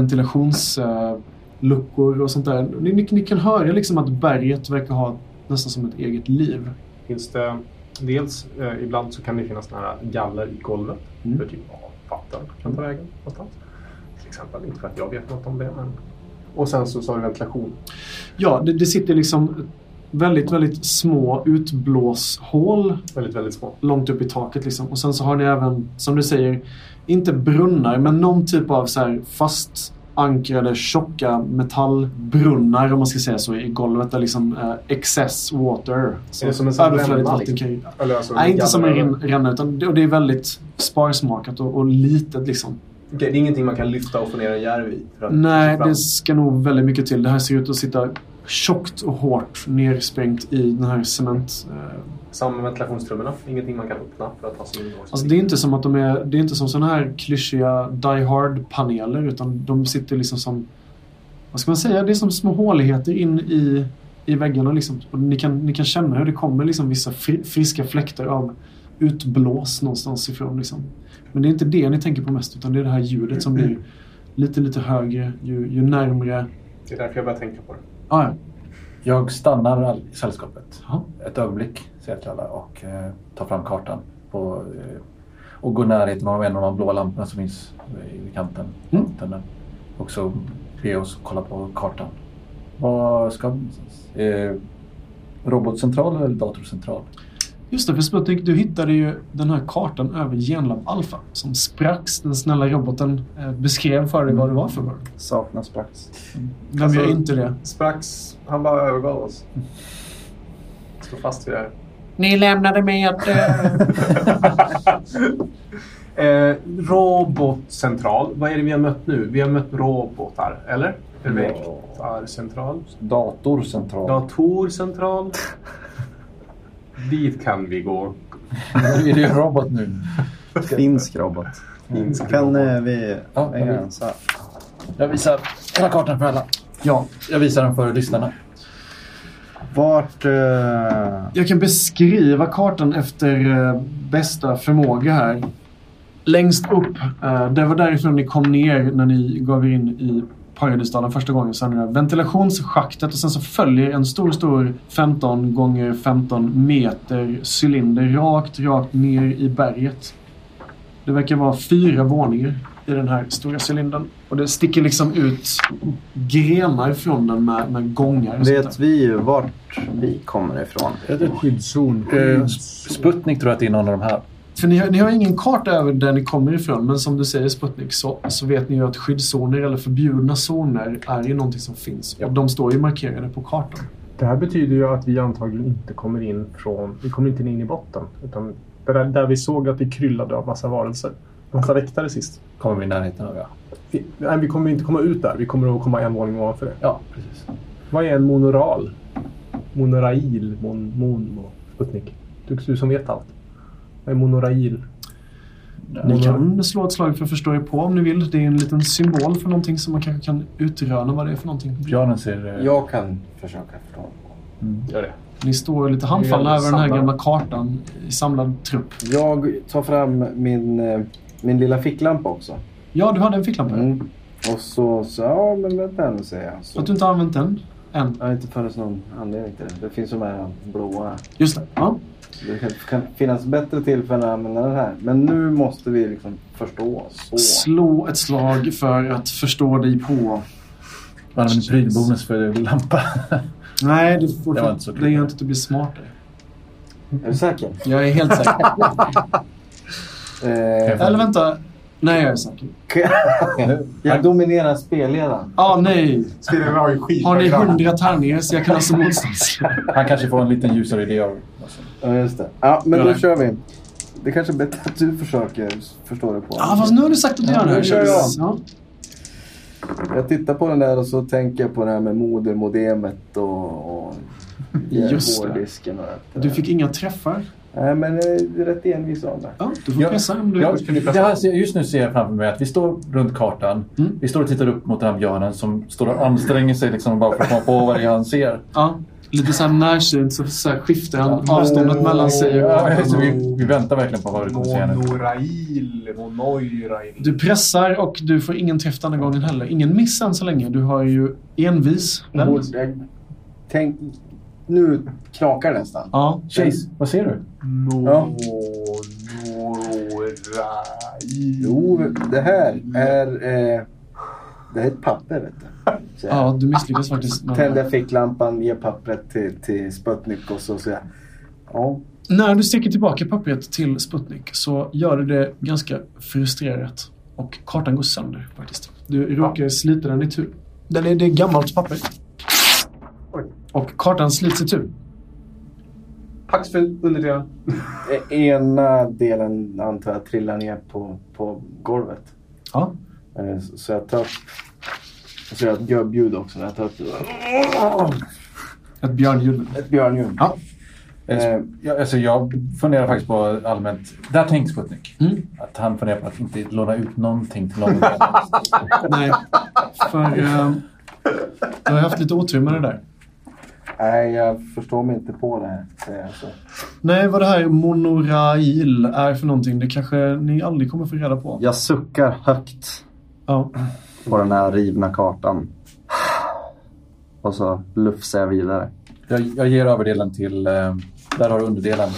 ventilationsluckor eh, och sånt där. Ni, ni, ni kan höra liksom att berget verkar ha nästan som ett eget liv. Finns det dels, eh, ibland så kan det finnas några galler i golvet. Mm. För typ ja, vatten kan ta vägen någonstans. Till exempel, inte för att jag vet något om det. Men... Och sen så, så har vi ventilation. Ja, det, det sitter liksom väldigt, väldigt små utblåshål. Väldigt, väldigt små. Långt upp i taket liksom. Och sen så har ni även, som du säger, inte brunnar, men någon typ av så här fast ankrade tjocka metallbrunnar, om man ska säga så, i golvet där liksom uh, excess water. Så är det som en överflödigt ränna, vatten kan ju... Eller alltså, Nej, inte som en galler. ren- ränna, utan det, och det är väldigt sparsmakat och, och litet liksom. Okej, det är ingenting man kan lyfta och få ner en järv i. För att Nej, fram. det ska nog väldigt mycket till. Det här ser ut att sitta tjockt och hårt nersprängt i den här cement... Uh, Samma med ventilationstrummorna. Ingenting man kan öppna för att ta sig in. Alltså det är inte som att de är, det är inte som såna här klyschiga Die Hard-paneler, utan de sitter liksom som, vad ska man säga, det är som små håligheter in i, i väggarna liksom. Och ni kan, ni kan känna hur det kommer liksom vissa fri, friska fläktar av utblås någonstans ifrån liksom. Men det är inte det ni tänker på mest, utan det är det här ljudet som blir lite, lite högre ju, ju närmare. Det är därför jag börjar tänka på det. Ah, ja. Jag stannar all, i sällskapet. Ja. Ett ögonblick, säger jag till alla, och eh, tar fram kartan. På, eh, och går närheten av en av de blåa lamporna som finns i kanten. Mm. Den. Och så be oss kolla på kartan. Vad ska vi eh, robotcentral eller datorcentral? Just det, för Sputnik, du hittade ju den här kartan över Genlab Alpha som Sprax, den snälla roboten, eh, beskrev för dig vad det var för början. Saknas Sprax. Vem Alltså- gör inte det? Sprax, han bara övergav oss. Stå fast vid det här. Ni lämnade med att... Eh... eh, robotcentral. Vad är det vi har mött nu? Vi har mött robotar, eller? Eller väktarcentral? Datorcentral. Datorcentral. Dit kan vi gå. Är det en robot nu? Finsk robot. Finsk Kan robot. eh, vi... Ja, en jag gång så här. Jag visar hela kartan för alla. Ja, Jag visar den för lyssnarna. Vart... Eh... jag kan beskriva kartan efter eh, bästa förmåga här. Längst upp, eh, det var därifrån ni kom ner när ni gav er in i Paradisdalen första gången. Så är det där ventilationsschaktet och sen så följer en stor, stor femton gånger femton meter cylinder rakt, rakt ner i berget. Det verkar vara fyra våningar i den här stora cylindern. Och det sticker liksom ut grenar från den med, med gångar. och sånt Vet där. vi vart vi kommer ifrån? Är det skyddszon? Eh, Sputnik tror att det är någon av de här. För ni har, ni har ingen karta över där ni kommer ifrån, men som du säger Sputnik så, så vet ni ju att skyddszoner eller förbjudna zoner är ju någonting som finns. Ja. Och de står ju markerade på kartan. Det här betyder ju att vi antagligen inte kommer in från... Vi kommer inte in i botten. Utan det där, där vi såg att vi kryllade av massa varelser. Massa väktare sist. Kommer vi i närheten av, ja. Vi, nej, vi kommer inte komma ut där. Vi kommer att komma en våning ovanför det. Ja, precis. Vad är en monoral? Monorail? Mon, mon, Sputnik. Du, du som vet allt. Vad är monorail? Ni kan slå ett slag för att förstå er på om ni vill. Det är en liten symbol för någonting som man kanske kan utröna vad det är för någonting. Björnen ser... eh, Jag kan försöka förstå. Gör det. Ni står lite handfallna Vi över den här samlar. gamla kartan i samlad trupp. Jag tar fram min, eh, min lilla ficklampa också. Ja, du hade en ficklampa. Mm. Och så, så, ja men vänta nu säger jag. Så Så, att du inte har använt den än. jag har inte funnits någon anledning till det. Det finns de här blåa. Just det. Ja. Det kan, kan finnas bättre tillfällen att använda den här. Men nu måste vi liksom förstå. Så. Slå ett slag för att förstå dig på. Man har en prylbonus för lampa. Nej, det, får, Det var inte så det klokt. gör inte att du blir smartare. Är du säker? Jag är helt säker. Eh, Eller vänta. Nej, jag är säker. jag dominerar spelledaren. Ah, nej. Spelar vi har ju skit. Har ni hundra tärningar så jag kan alltså motstånds. Han kanske får en liten ljusare idé av... Alltså. Ja, just det. Ja, men Ja, då nej. kör vi. Det är kanske är bättre att du försöker förstå det på. Ja, ah, fast nu har du sagt att du gör det. nu kör jag. Ja. Jag tittar på den där och så tänker jag på det här med modermodemet och, och Just det. hårddisken och det. Du fick inga träffar. Nej, men det är rätt envis av det. Ja, du får Ja, pressa om du Ja, vill. det här, ser- just nu ser jag framför mig att vi står runt kartan. Mm. Vi står och tittar upp mot den här björnen som står och anstränger sig liksom bara för att komma på vad det är han ser. Ja, lite så här närsynt så, så här skiftar han avståndet mellan sig och Ja, kartan. så vi, vi väntar verkligen på vad det kommer säga nu. Monorail. Monoirail. Du pressar och du får ingen träff den här gången heller. Ingen miss än så länge. Du har ju envis. Den. Och jag tänk, nu knakar det nästan. Ja. Chase, vad ser du? Ja. Monorail. Jo, det här är, eh, det är ett papper, vet du. Så jag Ja, du misslyckas faktiskt. tänder ficklampan, ger pappret till, till Sputnik och så säger jag, ja. När du sticker tillbaka pappret till Sputnik så gör du det ganska frustrerat. Och kartan går sönder faktiskt. Du råkar slita den i tur. Den är, det är gammalt papper. Oj. Och kartan slits i tur. Pax för underdelen. Ena delen antar jag trillar ner på, på golvet. Ja. Eh, Så så jag tar upp, så jag gör bjud också när jag tar upp Ett björnljud. ett björnljud. Ja. Eh, jag, alltså jag funderar faktiskt på allmänt... Där tänker Sputnik. Mm. Att han funderar på att inte låna ut någonting till någon. Nej, för eh, du har haft lite otur med det där. Nej, jag förstår mig inte på det här. säger jag så. Nej, vad det här monorail är för någonting, det kanske ni aldrig kommer få reda på. Jag suckar högt Ja. på den här rivna kartan. Och så lufsar jag vidare. Jag, jag ger överdelen till... Eh, där har du underdelen.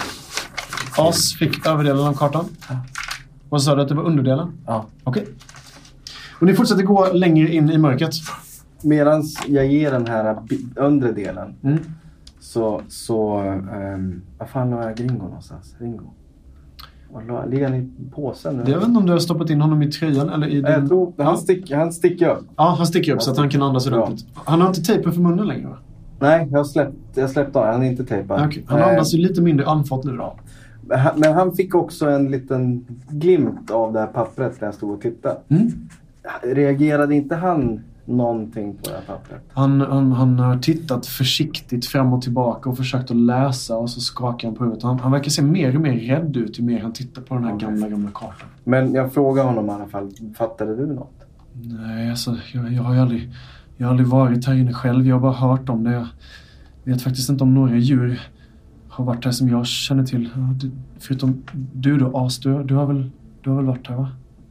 As fick överdelen av kartan. Vad sa du att det var underdelen? Ja. Okej. Och ni fortsätter gå längre in i mörkret. Medan jag ger den här bi- undre delen Mm. så, så um, vad fan la jag Gringo någonstans? Ringo. Vad la- Ligger han i påsen nu? Jag vet inte om du har stoppat in honom i tröjan eller i din... Jag tror, han, Ja. stick, han sticker upp. Ja, han sticker upp så att han kan andas Ja. ordentligt. Han har inte tejpen för munnen längre, va? Nej, jag har släppt, jag släppt av. Han är inte tejpad. Okej. Han Eh, andas ju lite mindre andfått nu då. Men han- Men han fick också en liten glimt av det här pappret när jag stod och tittade. Mm. Reagerade inte han någonting på det här pappret? Han, han, han har tittat försiktigt fram och tillbaka och försökt att läsa och så skakar han på huvudet. Han, han verkar se mer och mer rädd ut ju mer han tittar på den här gamla, gamla kartan. Men jag frågar honom i alla fall, fattade du något? Nej, alltså jag, jag har ju aldrig, jag har aldrig varit här inne själv. Jag har bara hört om det. Jag vet faktiskt inte om några djur har varit här som jag känner till. Ja, du, förutom du då, As, du, du, har väl, du har väl varit här, va?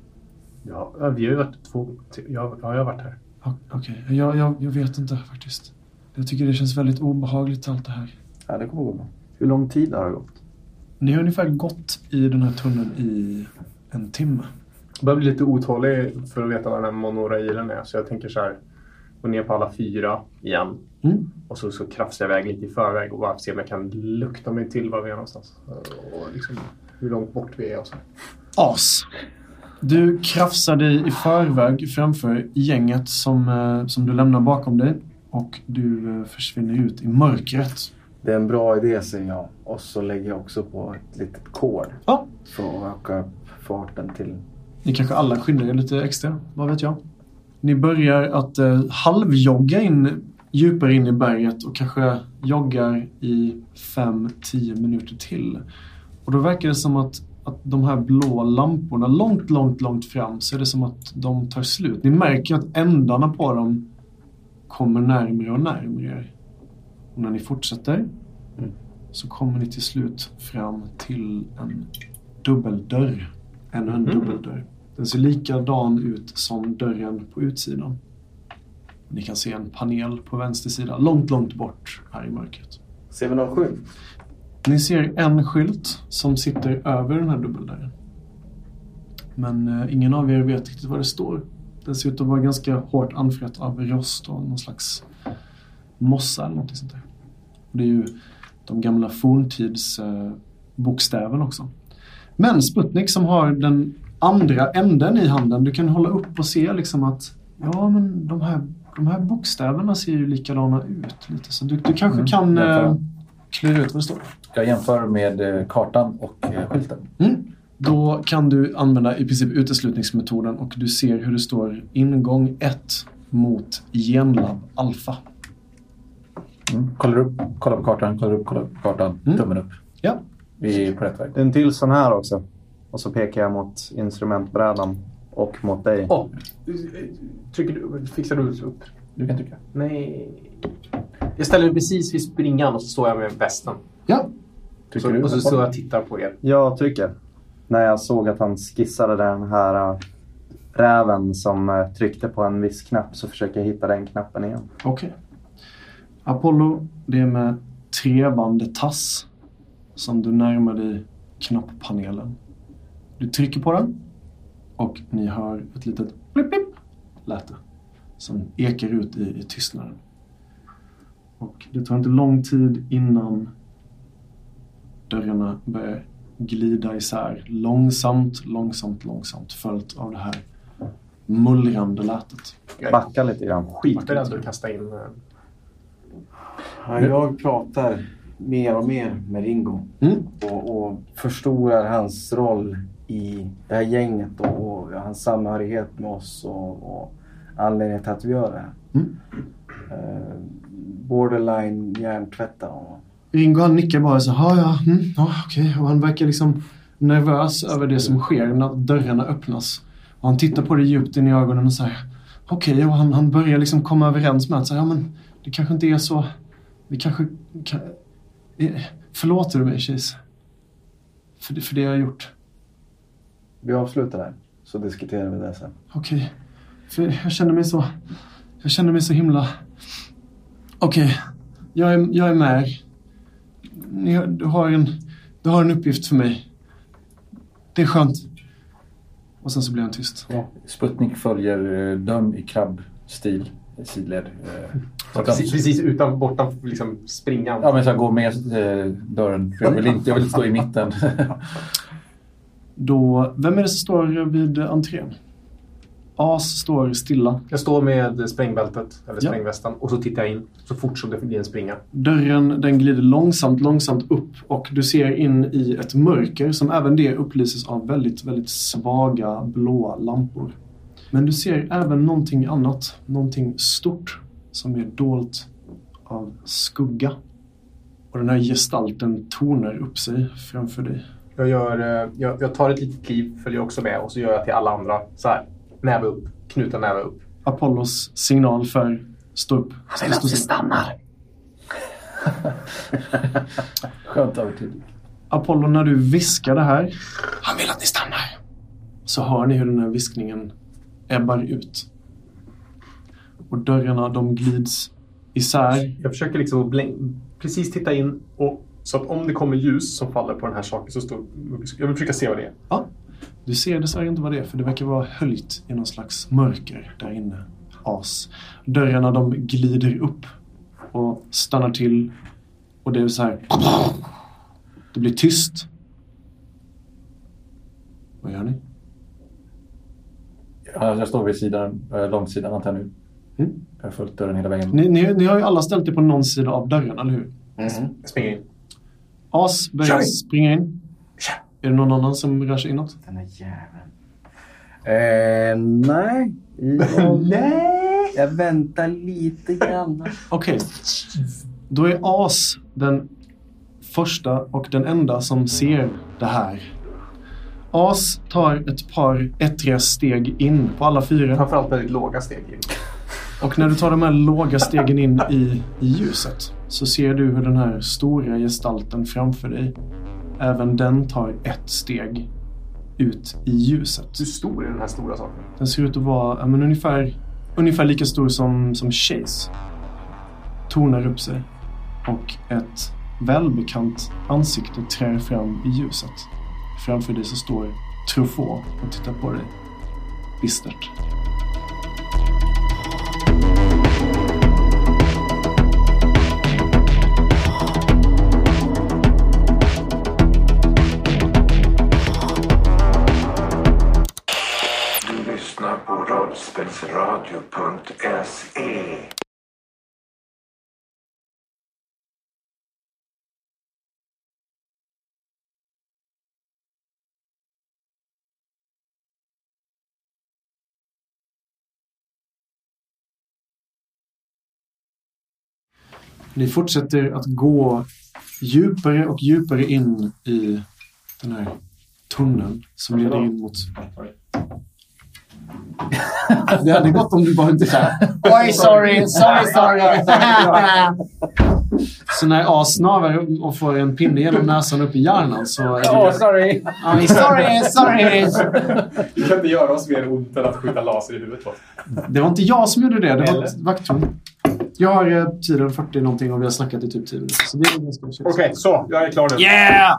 Ja, vi har ju varit två... Ja, jag har varit här. Ja, Okej, okay. jag, jag, jag vet inte faktiskt. Jag tycker det känns väldigt obehagligt allt det här. Ja, det kommer gå bra. Hur lång tid har det gått? Ni har ungefär gått i den här tunneln i en timme. Jag börjar bli lite otålig för att veta vad den här monorailen är. Så jag tänker så här, gå ner på alla fyra igen. Mm. Och så, så krafsar jag iväg lite i förväg och bara se om jag kan lukta mig till var vi är någonstans. Och liksom hur långt bort vi är och så. As. Du krafsar dig i förväg framför gänget som, eh, som du lämnar bakom dig. Och du eh, försvinner ut i mörkret. Det är en bra idé, säger jag. Och så lägger jag också på ett litet kod. Ja. För att öka upp farten till... Ni kanske alla skyndar er lite extra, vad vet jag. Ni börjar att eh, halvjogga in djupare in i berget och kanske joggar i fem tio minuter till. Och då verkar det som att, att de här blå lamporna långt, långt, långt fram så är det som att de tar slut. Ni märker att ändarna på dem kommer närmare och närmare. Och när ni fortsätter Mm. så kommer ni till slut fram till en dubbeldörr. Ännu en Mm. dubbeldörr. Den ser likadan ut som dörren på utsidan. Ni kan se en panel på vänster sida, långt, långt bort här i mörkret. Ser vi någon skymt? Ni ser en skylt som sitter över den här dubbeldörren. Men eh, ingen av er vet riktigt vad det står. Den ser ut att vara ganska hårt anfrätt av rost och någon slags mossa eller något sånt där. Och det är ju de gamla forntids eh, bokstäven också. Men Sputnik som har den andra änden i handen, du kan hålla upp och se liksom att ja, men de här, de här bokstäverna ser ju likadana ut lite. Så du, du kanske Mm, kan jämföra. eh, klura ut vad det står. Jag jämför med eh, kartan och eh, skylten. Mm. Då kan du använda i princip uteslutningsmetoden och du ser hur det står ingång ett mot genlab alfa. Mm. Kollar upp, kollar på kartan, kollar upp, kollar på kartan. Mm. Tummen upp. Ja. Vi är på rätt väg. En till sån här också. Och så pekar jag mot instrumentbrädan och mot dig. Åh, trycker du, fixar du upp? Du kan tycka. Nej. Jag ställer mig precis vid springan och så står jag med västen. Ja. Tycker Så, du? och så står jag och tittar på er. Jag trycker. När jag såg att han skissade den här äh, räven som äh, tryckte på en viss knapp så försöker jag hitta den knappen igen. Okej. Apollo, det är med trevande tass som du närmar dig knapppanelen. Du trycker på den och ni hör ett litet blip blip läte som ekar ut i, i tystnaden. Och det tar inte lång tid innan dörrarna börjar glida isär. Långsamt, långsamt, långsamt följt av det här mullrande lätet. Backa lite grann. Skiträdd att kasta in... eh, Ja, jag pratar mer och mer med Ringo. Mm. Och, och förstorar hans roll i det här gänget och, och hans samhörighet med oss och, och anledningen till att vi gör det här. Mm. Uh, borderline hjärntvätta och... Ringo han nickar bara så ja ja, mm, ja okej. Och han verkar liksom nervös över det som sker när dörrarna öppnas. Och han tittar på det djupt in i ögonen och säger okej, okay, och han, han börjar liksom komma överens med att säga ja men det kanske inte är så, vi kanske kan, Förlåter du mig, Chase? För det, för det jag har gjort. Vi avslutar här, så diskuterar vi det sen. Okej. För jag känner mig så... Jag känner mig så himla... Okej. Jag är, jag är med er. Ni, har- du, har en, du har en uppgift för mig. Det är skönt. Och sen så blir han tyst. Sputnik följer eh, dörren i krabbstil, sidled. Eh, så att Precis, han- precis utan, bortom liksom springan. Ja, men så jag går med eh, dörren. För jag vill inte, jag vill stå i mitten. Då, vem är det som står vid entrén? As står stilla. Jag står med sprängbältet, eller Ja. sprängvästan, och så tittar jag in så fort som det blir en springa. Dörren den glider långsamt, långsamt upp och du ser in i ett mörker som även det upplyses av väldigt, väldigt svaga blåa lampor. Men du ser även någonting annat, någonting stort som är dolt av skugga. Och den här gestalten tornar upp sig framför dig. Jag, gör, eh, jag, jag tar ett litet kliv, följer också med, och så gör jag till alla andra så här. Näve upp, knuta näve upp. Apollos signal för stå upp. Han vill att vi stannar. Skönt övertydligt. Apollo, när du viskar det här, han vill att ni stannar, så hör ni hur den här viskningen ebbar ut. Och dörrarna, de glids isär. Jag försöker liksom bläng- precis titta in, och så att om det kommer ljus som faller på den här saken så står... Jag vill försöka se vad det är. Ja, du ser dessvärre inte vad det är, för det verkar vara höljt i någon slags mörker där inne. As. Dörrarna, de glider upp och stannar till. Och det är så här... Det blir tyst. Vad gör ni? Ja, jag står vid sidan, äh, långsidan antar jag nu. Mm. Jag har följt dörren hela vägen. Ni, ni, ni har ju alla ställt er på någon sida av dörren, eller hur? Jag springer in. As börjar Kör in. springa in. Är det någon annan som rör sig inåt? Den här jäveln. Eh, nej. Jag, nej. Jag väntar lite grann. Okej. Då är As den första och den enda som ser det här. As tar ett par ettriga steg in på alla fyra. Framförallt väldigt låga steg in. Och när du tar de här låga stegen in i, i ljuset så ser du hur den här stora gestalten framför dig, även den tar ett steg ut i ljuset. Hur stor är den här stora saken? Den ser ut att vara ja, men ungefär, ungefär lika stor som, som Chase. Tornar upp sig. Och ett välbekant ansikte trär fram i ljuset. Framför dig så står Truffaut och tittar på dig bistert. Du lyssnar på rollspelsradio punkt se. Ni fortsätter att gå djupare och djupare in i den här tunneln som leder in mot... Det hade gått om du bara inte såhär... Oj, sorry, sorry, sorry. Så när As snavar och får en pinne genom näsan upp i hjärnan så... Är det... Oh, sorry! Oj, sorry, sorry. Du kan inte göra oss mer ont än att skjuta laser i huvudet på. Det var inte jag som gjorde det, det var Eller? ett vakthund. Jag har eh, tiden fyrtio någonting och vi har snackat i typ tio minuter. Så det är ganska Okej, okay, så. Jag är klar nu. Yeah!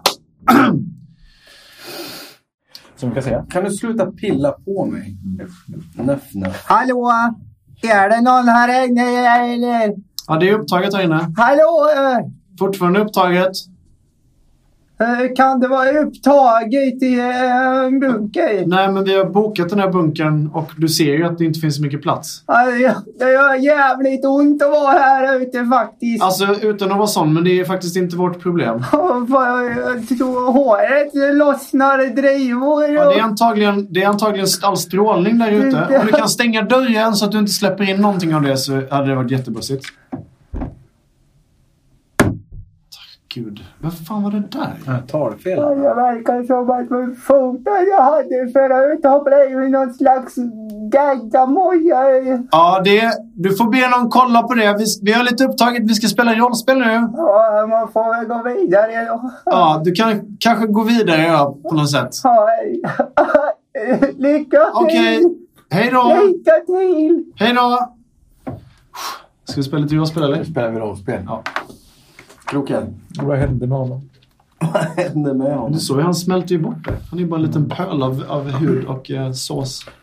Som vi kan säga. Kan du sluta pilla på mig? Nöff, nöff. Hallå? Är det någon här inne eller? Ja, det är upptaget här inne. Hallå? eh, Fortfarande upptaget. eh, Kan det vara upptaget i eh, en bunker? Nej, men vi har bokat den här bunkern och du ser ju att det inte finns så mycket plats. Ja, det- Det gör jävligt ont att vara här ute faktiskt. Alltså, utan att vara sån, men det är faktiskt inte vårt problem. Jag tror håret lossnar drivor. Ja, det är antagligen, det är antagligen all strålning där ute. Om du kan stänga dörren så att du inte släpper in någonting av det så hade det varit jättebussigt. gud. Vad fan var det där? Talfel. Ja, jag verkar som att min foten jag hade förut har blivit någon slags gaggamoja. Ja, det, du får be någon kolla på det. Vi, vi har lite upptaget. Vi ska spela rollspel nu. Ja, man får väl gå vidare då. Ja, du kan kanske gå vidare ja, på något sätt. Ja, lycka till. Okej, okay. Hej då. Lycka till. Hej då. Ska vi spela lite rollspel eller? Nu spelar vi rollspel. Ja. Kroken. Vad hände med honom? Vad hände med honom? Du såg, han smälter ju bort det. Han är ju bara en liten pöl av, av hud och eh, sås.